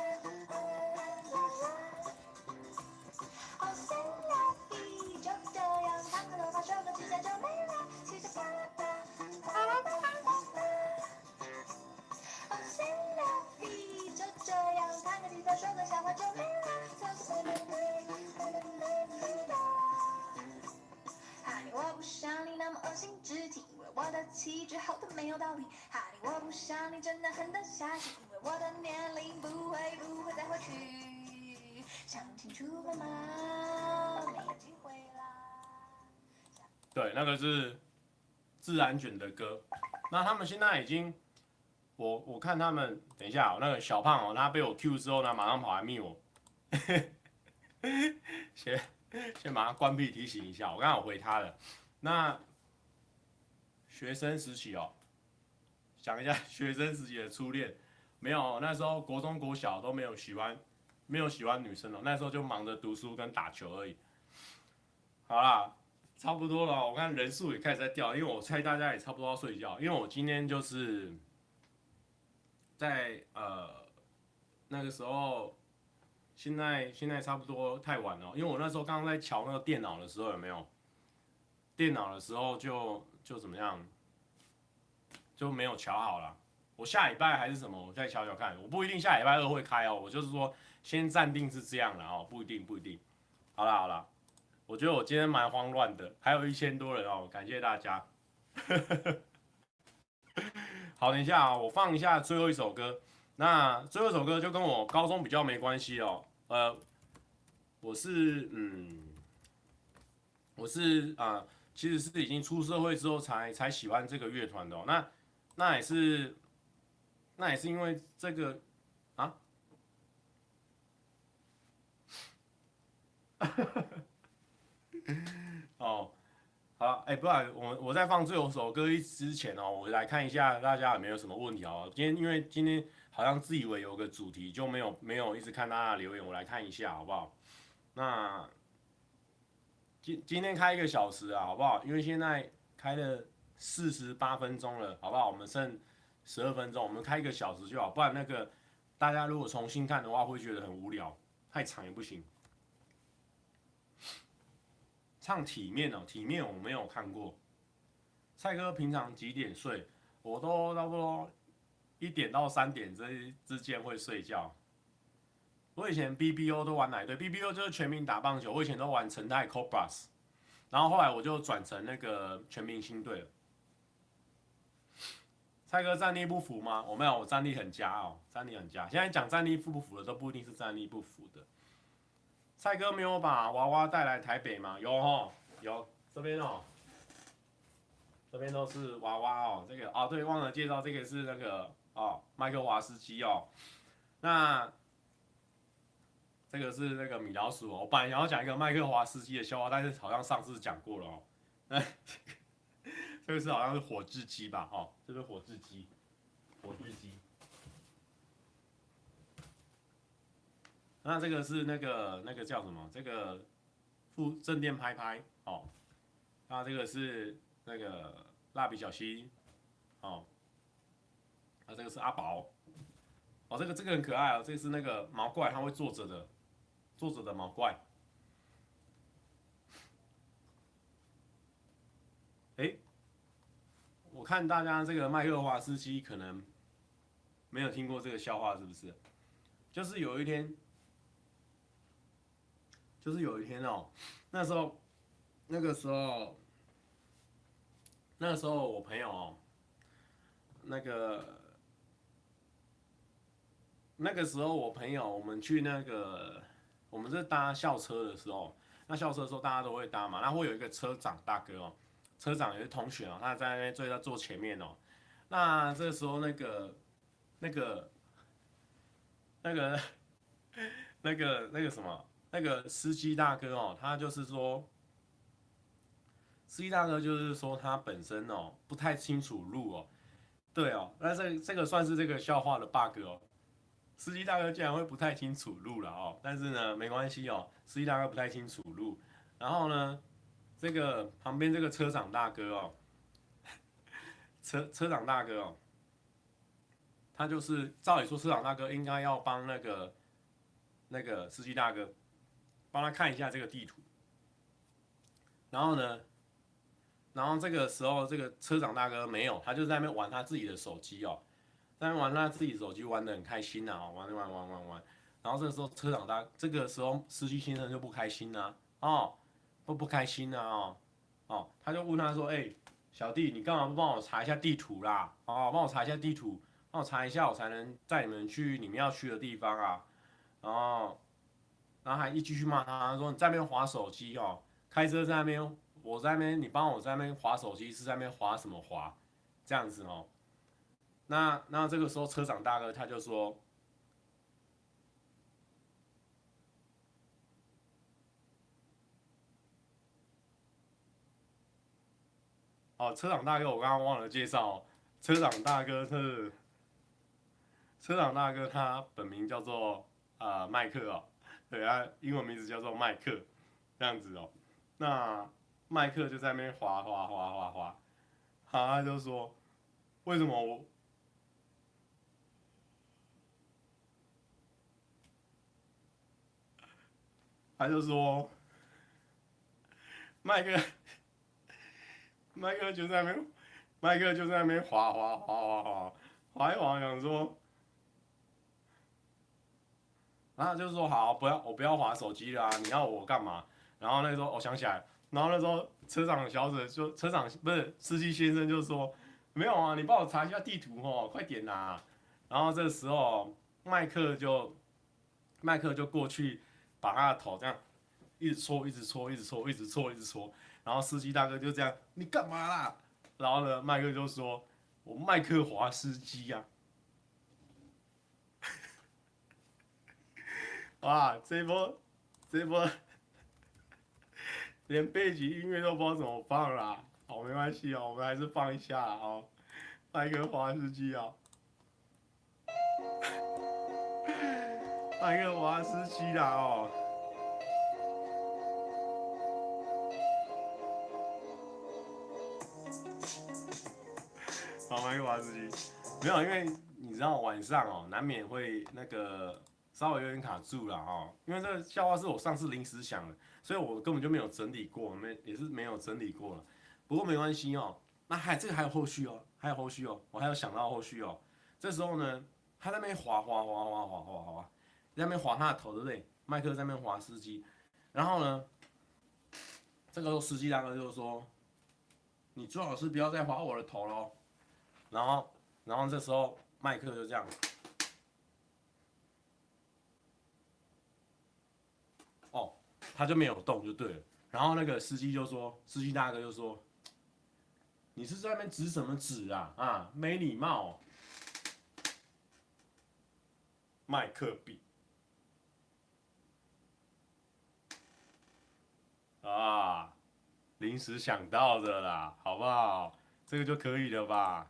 哦，三拉比就这样，烫个头发，修个指甲就没了，骑着啪啪啪啦啪啪啪。哦，三拉比就这样，弹个吉他，说个笑话就没了，就是没没没没没没。哈尼，我不像你那么恶心肢体，因为我的气质好的没有道理。哈尼，我不像你真的狠得下心，因为我的年龄不会不会再回去。想清楚了吗？没有机会啦。 对，那个是自然卷的歌。那他们现在已经，我我看他们，等一下、哦，那个小胖哦，他被我 Q 之后呢，马上跑来密我，先先把他关闭提醒一下，我刚好回他了。那学生时期哦，想一下学生时期的初恋，没有，那时候国中国小都没有喜欢，没有喜欢女生哦，那时候就忙着读书跟打球而已。 好啦，差不多了。我看人数也开始在掉，因为我猜大家也差不多要睡觉。因为我今天就是在呃那个时候，现在现在差不多太晚了，因为我那时候刚刚在瞧那个电脑的时候，有没有？电脑的时候就就怎么样，就没有瞧好了。我下礼拜还是什么，我再瞧瞧看。我不一定下礼拜二会开哦，我就是说先暂定是这样了哦，不一定不一定。好啦好啦，我觉得我今天蛮慌乱的，还有一千多人哦，感谢大家。好，等一下啊，我放一下最后一首歌。那最后一首歌就跟我高中比较没关系哦。呃，我是嗯，我是啊、呃，其实是已经出社会之后才才喜欢这个乐团的哦。那那也是那也是因为这个啊，哦，好，哎、欸，不然我我在放这首歌之前哦，我来看一下大家有没有什么问题哦。今天因为今天好像自以为有个主题，就没有没有一直看大家的留言，我来看一下好不好？那今今天开一个小时啊，好不好？因为现在开了四十八分钟了，好不好？我们剩十二分钟，我们开一个小时就好，不然那个大家如果重新看的话，会觉得很无聊，太长也不行。唱体面哦，体面我没有看过。蔡哥平常几点睡？我都差不多一点到三点之之间会睡觉。我以前 B B O 都玩哪一队？B B O 就是全民打棒球，我以前都玩成泰 Cobras，然后后来我就转成那个全明星队了。蔡哥战力不符吗？我没有，我战力很佳哦，战力很佳。现在讲战力符不符的都不一定是战力不符的。蔡哥没有把娃娃带来台北吗？有哦，有这边哦。这边都是娃娃哦，这个哦对，忘了介绍，这个是那个哦麦克华斯基哦，那这个是那个米老鼠哦，我本来想要讲一个麦克华斯基的笑话，但是好像上次讲过了哦，那这个是好像是火炙鸡吧？哦，这是火炙鸡，火炙鸡，那这个是那个那个叫什么？这个副正电拍拍哦，那这个是那个蜡笔小新哦，那这个是阿宝。哦，这个这个很可爱哦，这个是那个毛怪，它会坐着的，坐着的毛怪。哎，我看大家这个麦克华斯基可能没有听过这个笑话，是不是？就是有一天，就是有一天哦，那时候那个时候那个时候我朋友哦，那个那个时候我朋友我们去那个我们是搭校车的时候，那校车的时候大家都会搭嘛，那会有一个车长大哥哦，车长也是同学哦，他在那边坐在坐前面哦。那这个时候那个那个那个那个那个什么那个司机大哥哦，他就是说，司机大哥就是说他本身哦不太清楚路哦，对哦，那这这个算是这个笑话的 bug 哦。司机大哥竟然会不太清楚路了哦，但是呢没关系哦，司机大哥不太清楚路，然后呢这个旁边这个车长大哥哦，车车长大哥哦，他就是照理说车长大哥应该要帮那个那个司机大哥帮他看一下这个地图，然后呢，然后这个时候这个车长大哥没有，他就在那边玩他自己的手机哦，在那边玩他自己手机玩的很开心呐、啊，玩玩玩玩玩。然后这个时候车长大，这个时候司机先生就不开心啦、啊，哦，不不开心啊，哦，哦，他就问他说，哎、欸，小弟，你干嘛不帮我查一下地图啦？哦，帮我查一下地图，帮我查一下，我才能载你们去你们要去的地方啊。然后，然后还一继续骂他说，你在那边划手机哦，开车在那边，我在那边，你帮我在那边划手机，是在那边划什么划？这样子哦。那那这个时候车长大哥他就说，哦，车长大哥我刚刚忘了介绍哦，车长大哥是车长大哥他本名叫做呃麦克哦，对啊，英文名字叫做麦克，这样子哦。 那麦克就在那边滑滑滑滑滑，他就说为什么我他就说麦克麦克就在那边麦克就在那边滑滑滑滑滑滑一滑，想说，然后就说好，不要我不要滑手机了啊，你要我干嘛？然后那时候我想起来，然后那时候车长小姐就车长不是司机先生就说没有啊，你帮我查一下地图哦，快点啦。然后这个时候麦克就麦克就过去把他的头这样一直搓，一直搓，一直搓，一直搓，一直搓。然后司机大哥就这样，你干嘛啦？然后呢，麦克就说，我麦克华司机呀、啊。哇，这一波，这一波连背景音乐都不知道怎么放啦。好，没关系哦，我们还是放一下啦哦。麦克华司机啊，麦克华司机啦哦。好，麦克华司机没有，因为你知道晚上哦，难免会那个稍微有点卡住了哦。因为这个笑话是我上次临时想的，所以我根本就没有整理过，没也是没有整理过了。不过没关系哦，那还这个还有后续哦，还有后续哦，我还有想到后续哦。这时候呢，他在那边滑滑滑滑滑滑滑，在那边滑他的头，对不对？麦克在那边滑司机，然后呢，这个时候司机大哥就说：“你最好是不要再滑我的头喽。”然后，然后这时候麦克就这样，哦，他就没有动就对了。然后那个司机就说，司机大哥就说：“你是在那边指什么指啊？啊，没礼貌、哦。”麦克笔啊，临时想到的啦，好不好？这个就可以了吧？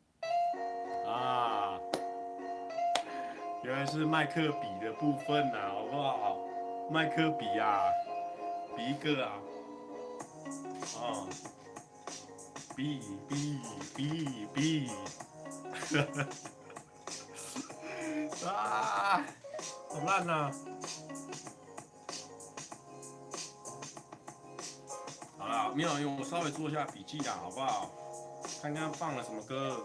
啊，原来是麦克笔的部分呐、啊，好不好？麦克笔啊，比一个啊，啊，比比比比，啊，好烂呐、啊！好啦，没有，因为我稍微做一下笔记啦，好不好？看看放了什么歌。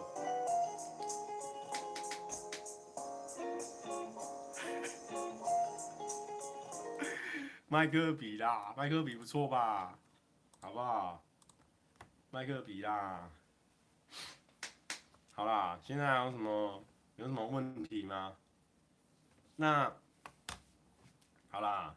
麦克笔啦，麦克笔不错吧？好不好？麦克笔啦，好啦，现在还有什么有什么问题吗？那好啦，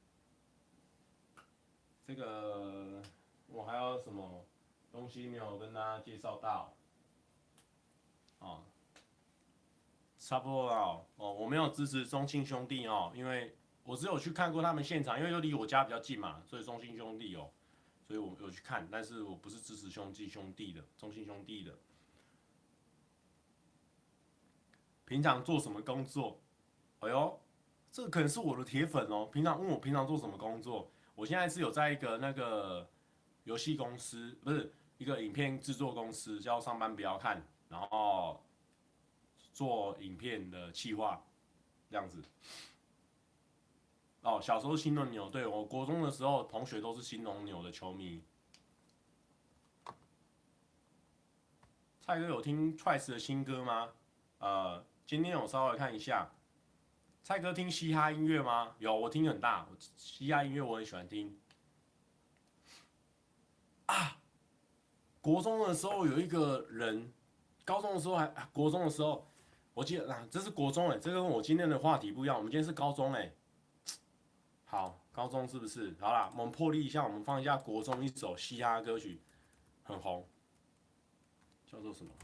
这个我还有什么东西没有跟大家介绍到？哦，差不多了哦。哦，我没有支持中信兄弟哦，因为我只有去看过他们现场，因为又离我家比较近嘛，所以中信兄弟哦，所以我有去看，但是我不是支持兄弟兄弟的，中信兄弟的。平常做什么工作？哎呦，这可能是我的铁粉哦。平常问我平常做什么工作，我现在是有在一个那个游戏公司，不是一个影片制作公司，叫上班不要看，然后做影片的企划这样子。哦，小时候新龙牛，对我国中的时候，同学都是新龙牛的球迷。蔡哥有听 Twice 的新歌吗？呃，今天我稍微看一下。蔡哥听嘻哈音乐吗？有，我听很大，嘻哈音乐我很喜欢听。啊，国中的时候有一个人，高中的时候还，国中的时候，我记得啊，这是国中哎，这跟我今天的话题不一样，我们今天是高中哎。好，高中是不是？好啦，我们破例一下，我们放一下国中一首嘻哈歌曲，很红，叫做什么？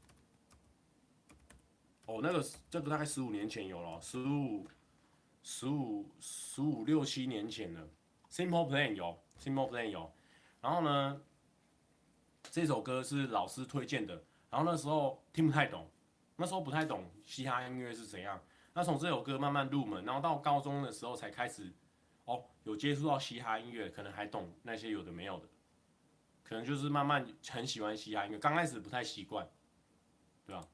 哦，那个这个大概十五年前有了，十五、十五、十五六七年前了。Simple Plan 有，Simple Plan 有。然后呢，这首歌是老师推荐的，然后那时候听不太懂，那时候不太懂嘻哈音乐是怎样。那从这首歌慢慢入门，然后到高中的时候才开始， 哦有接触到嘻哈音乐，可能还懂那些有的没有的，可能就是慢慢很喜欢嘻哈音乐，刚开始不太习惯，对吧？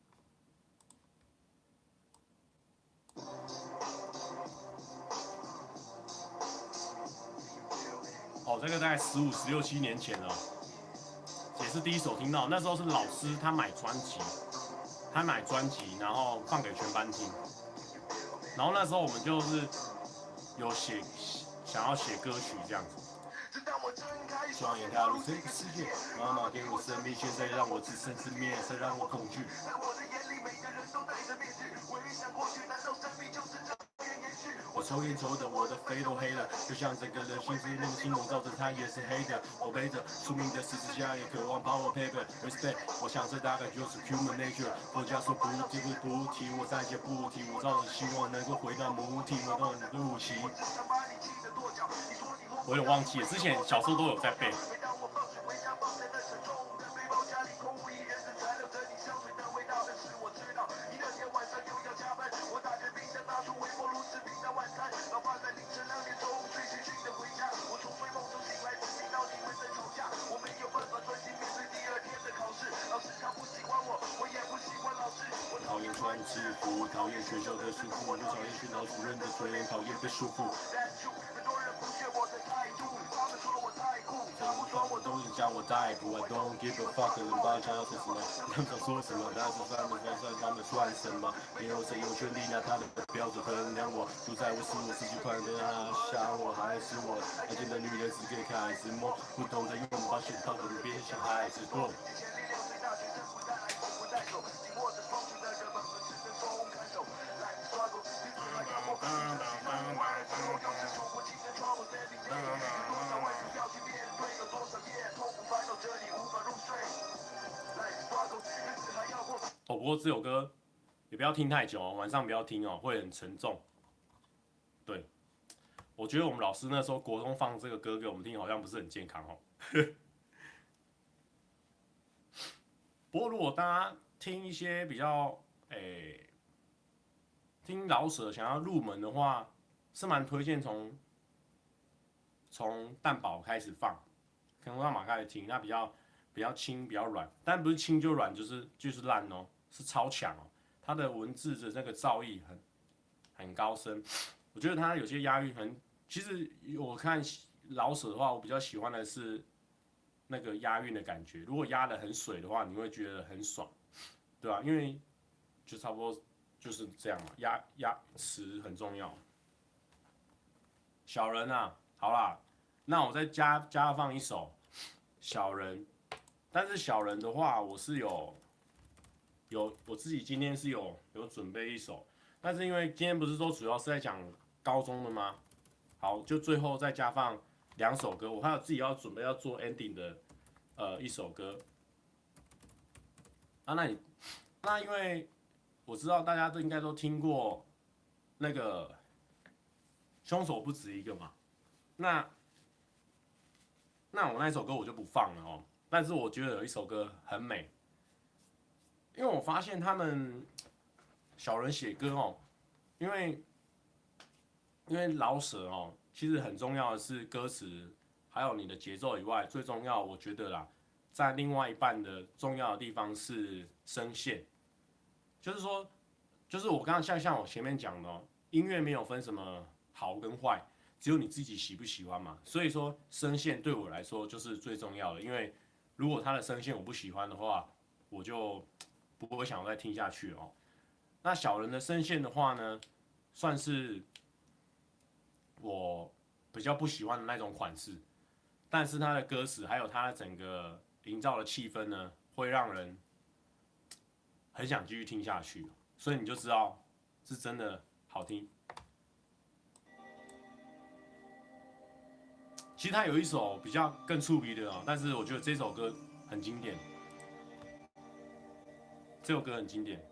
哦，这个大概十五、十六七年前了，也是第一首听到。那时候是老师他买专辑，他买专辑，然后放给全班听。然后那时候我们就是有写想要写歌曲这样子。双眼踏入这个世界，妈妈给我生命，现在让我自生自灭，谁让我恐惧？我抽烟抽的，我的肺都黑了，就像这个人心是那么心笼罩着，它也是黑的。我背着宿命的十字架，也渴望 power paper respect。我想这大概就是 human nature。佛家说菩提不菩提，我再写不提，我照着希望能够回到母体，我到你入旗。我有点忘记了，之前小时候都有在背。讨厌穿制服，讨厌学校的束缚，我讨厌训导主任的嘴，讨厌被束缚。我都是将我带苦 ，I don't give a fuck， 人家想要说什么，他们想说什么，但是他们算算他们算什么？没有谁有权利拿他的标准衡量我，主宰我是我自己快乐啊，想我还是我，爱情的女人只给开始摸，不懂得拥抱现套的路边像孩子多。哦，不过这首歌也不要听太久哦，晚上不要听哦，会很沉重。对，我觉得我们老师那时候国中放这个歌给我们听，好像不是很健康哦。不过如果大家听一些比较诶，听饶舌想要入门的话，是蛮推荐从从蛋堡开始放，从蛋堡开始听，那比较比较轻，比较软，但不是轻就软，就是就是烂哦，是超强哦。他的文字的那个造诣很很高深，我觉得他有些押韵很，其实我看老舍的话，我比较喜欢的是那个押韵的感觉。如果押的很水的话，你会觉得很爽，对吧、啊？因为就差不多就是这样嘛，押押词很重要。小人啊，好啦，那我再加加放一首小人，但是小人的话，我是有有我自己今天是有有准备一首，但是因为今天不是说主要是在讲高中的吗？好，就最后再加放两首歌，我还有自己要准备要做 ending 的呃一首歌。啊，那你那因为我知道大家都应该都听过那个凶手不止一个嘛，那那我那一首歌我就不放了哦。但是我觉得有一首歌很美，因为我发现他们小人写歌哦，因为因为老舍哦，其实很重要的是歌词，还有你的节奏以外，最重要我觉得啦，在另外一半的重要的地方是声线，就是说，就是我刚刚像像我前面讲的哦，音乐没有分什么好跟坏，只有你自己喜不喜欢嘛。所以说声线对我来说就是最重要的，因为如果他的声线我不喜欢的话，我就不会想再听下去哦。那小人的声线的话呢，算是我比较不喜欢的那种款式，但是他的歌词还有他的整个营造的气氛呢，会让人很想继续听下去，所以你就知道是真的好听。其实他有一首比较更触鼻的哦，但是我觉得这首歌很经典，这首歌很经典。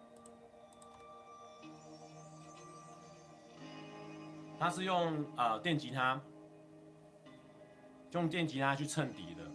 它是用呃电吉他，用电吉他去衬底的。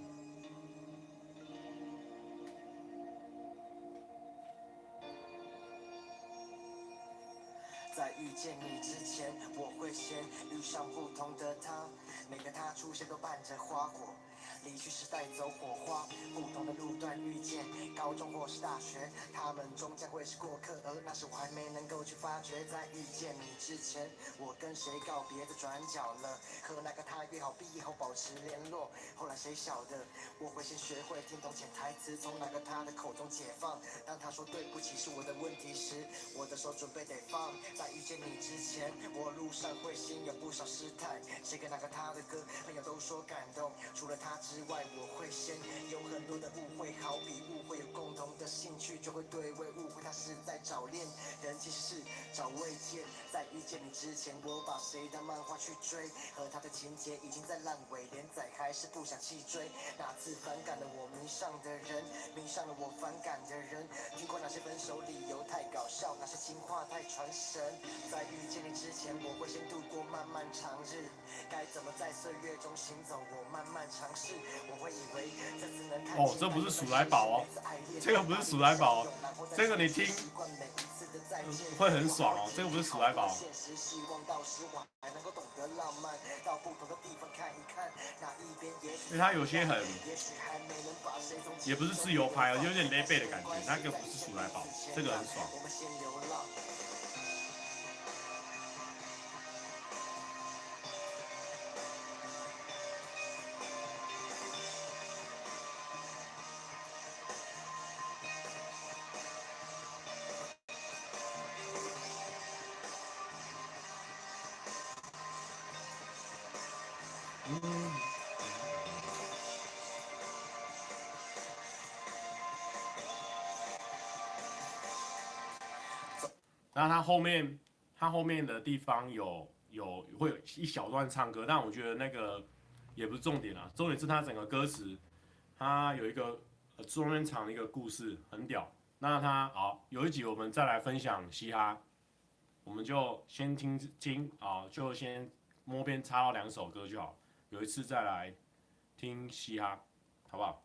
在遇见你之前，我会先遇上不同的他，每个他出现都伴着花火。离去时带走火花，不同的路段遇见，高中或是大学，他们终将会是过客，而那时我还没能够去发掘。在遇见你之前，我跟谁告别在转角了，和那个他约好毕业后保持联络。后来谁晓得，我会先学会听懂潜台词，从那个他的口中解放。当他说对不起是我的问题时，我的手准备得放。在遇见你之前，我路上会先有不少失态，写给那个他的歌，朋友都说感动，除了他之外，我会先有很多的误会，好比误会有共同的兴趣，就会对位误会他是在找恋人，其实是找未见。在遇见你之前，我把谁当漫画去追，和他的情节已经在烂尾，连载还是不想弃追。哪次反感了我迷上的人，迷上了我反感的人，听过哪些分手理由太搞笑，哪些情话太传神。在遇见你之前，我会先度过漫漫长日，该怎么在岁月中行走，我慢慢尝试。我会以为这次能看哦，这不是鼠来宝哦，这个不是鼠来宝哦，这个你听、嗯、会很爽哦，这个不是鼠来宝。因为它有些很，也不是自由拍哦，有点雷贝的感觉，那个不是鼠来宝，这个很爽。嗯，那它后面，它后面的地方有有会有一小段唱歌，但我觉得那个也不是重点啦，重点是它整个歌词，它有一个呃中间长的一个故事，很屌。那它好，有一集我们再来分享嘻哈，我们就先听听啊，就先摸边插到两首歌就好，有一次再来听嘻哈，好不好？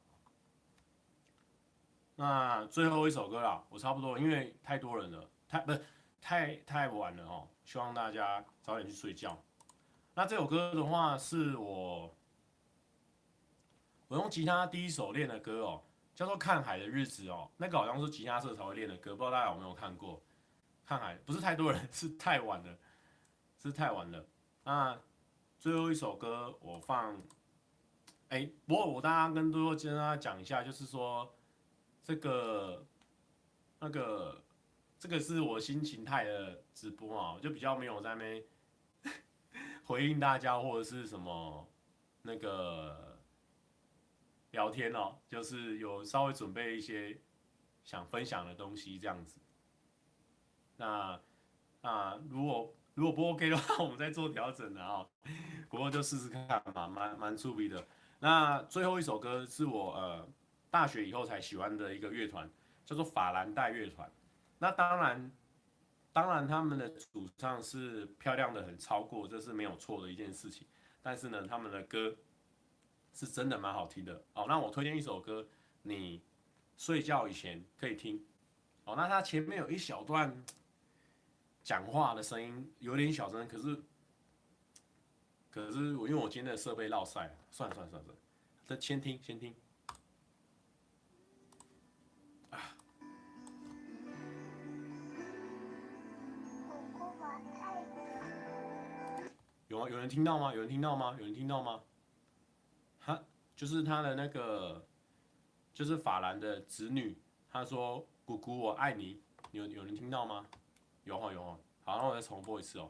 那最后一首歌啦，我差不多，因为太多人了，太不是太太晚了哦，希望大家早点去睡觉。那这首歌的话，是我我用吉他第一首练的歌哦，叫做《看海的日子》哦，那个好像是吉他社才会练的歌，不知道大家有没有看过？看海不是太多人，是太晚了，是太晚了。那最后一首歌我放，哎、欸，不过我大家跟多多跟大家讲一下，就是说这个那个这个是我新形态的直播啊，就比较没有在那边回应大家或者是什么那个聊天哦，就是有稍微准备一些想分享的东西这样子。那那如果如果不 OK 的话，我们再做调整的啊。不过就试试看嘛，蛮蛮出名的。那最后一首歌是我呃大学以后才喜欢的一个乐团，叫做法兰黛乐团。那当然，当然他们的主唱是漂亮的很超过，这是没有错的一件事情。但是呢，他们的歌是真的蛮好听的。哦，那我推荐一首歌，你睡觉以前可以听。哦，那它前面有一小段讲话的声音，有点小声，可是可是我因为我今天的设备落晒了，算了算了算了，这先听先听。啊，有吗？有人听到吗？有人听到吗？有人听到吗？他就是他的那个，就是法兰的子女，他说：“姑姑，我爱你。”有有人听到吗？有哦有哦。好，那我再重播一次哦。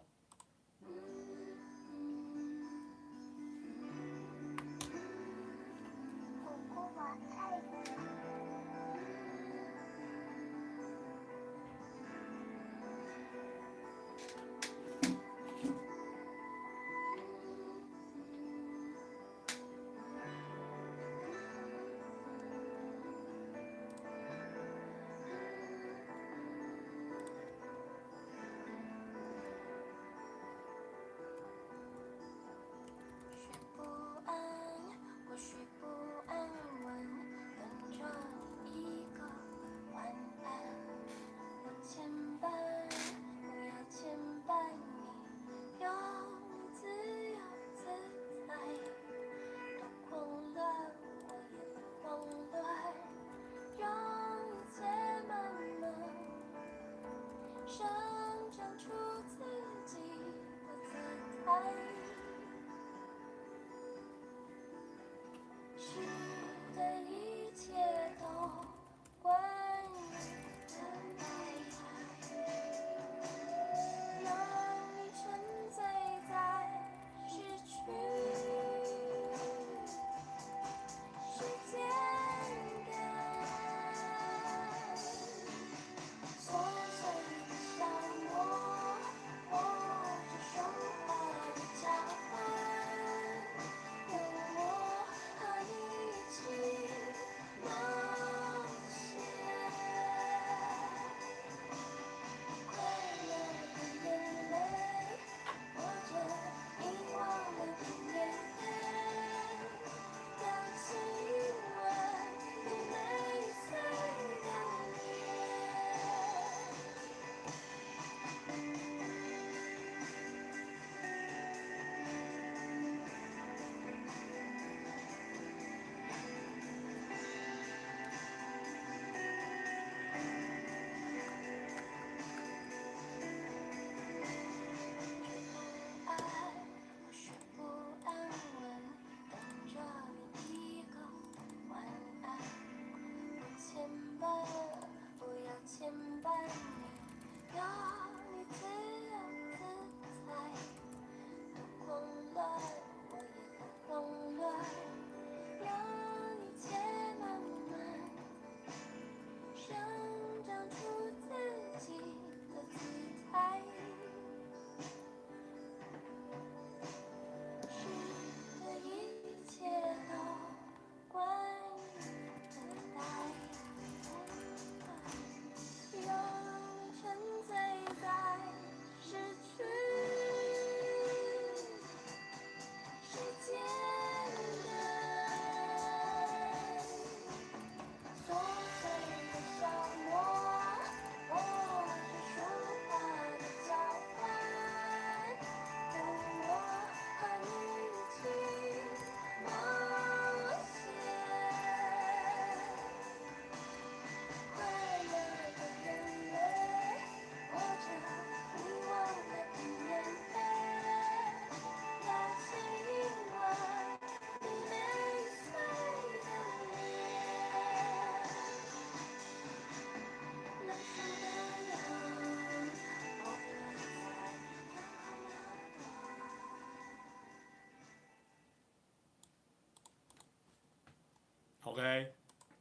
OK，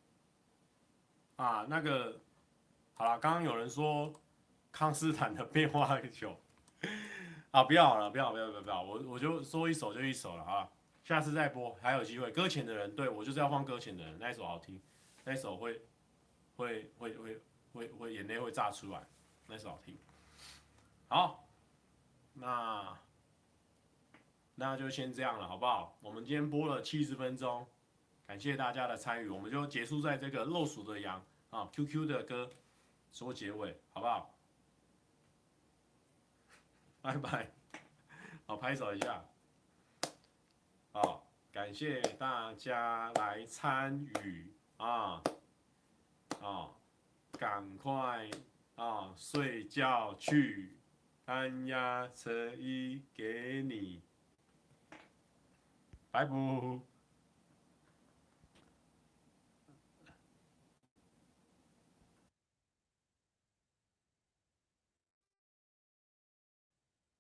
啊，那个好了，刚刚有人说康斯坦的变化球，啊，不要了，不要不要不要不要，我我就说一首就一首了啊，下次再播，还有机会。搁浅的人，对我就是要放搁浅的人，那一首好听，那一首会会会会会会眼泪会炸出来，那一首好听。好，那那就先这样了，好不好？我们今天播了七十分钟，感谢大家的参与，我们就结束在这个漏鼠的羊啊 Q Q 的歌说结尾，好不好？拜拜，好，拍手一下。好，感谢大家来参与啊啊，赶快啊睡觉去，按压车衣给你，拜拜。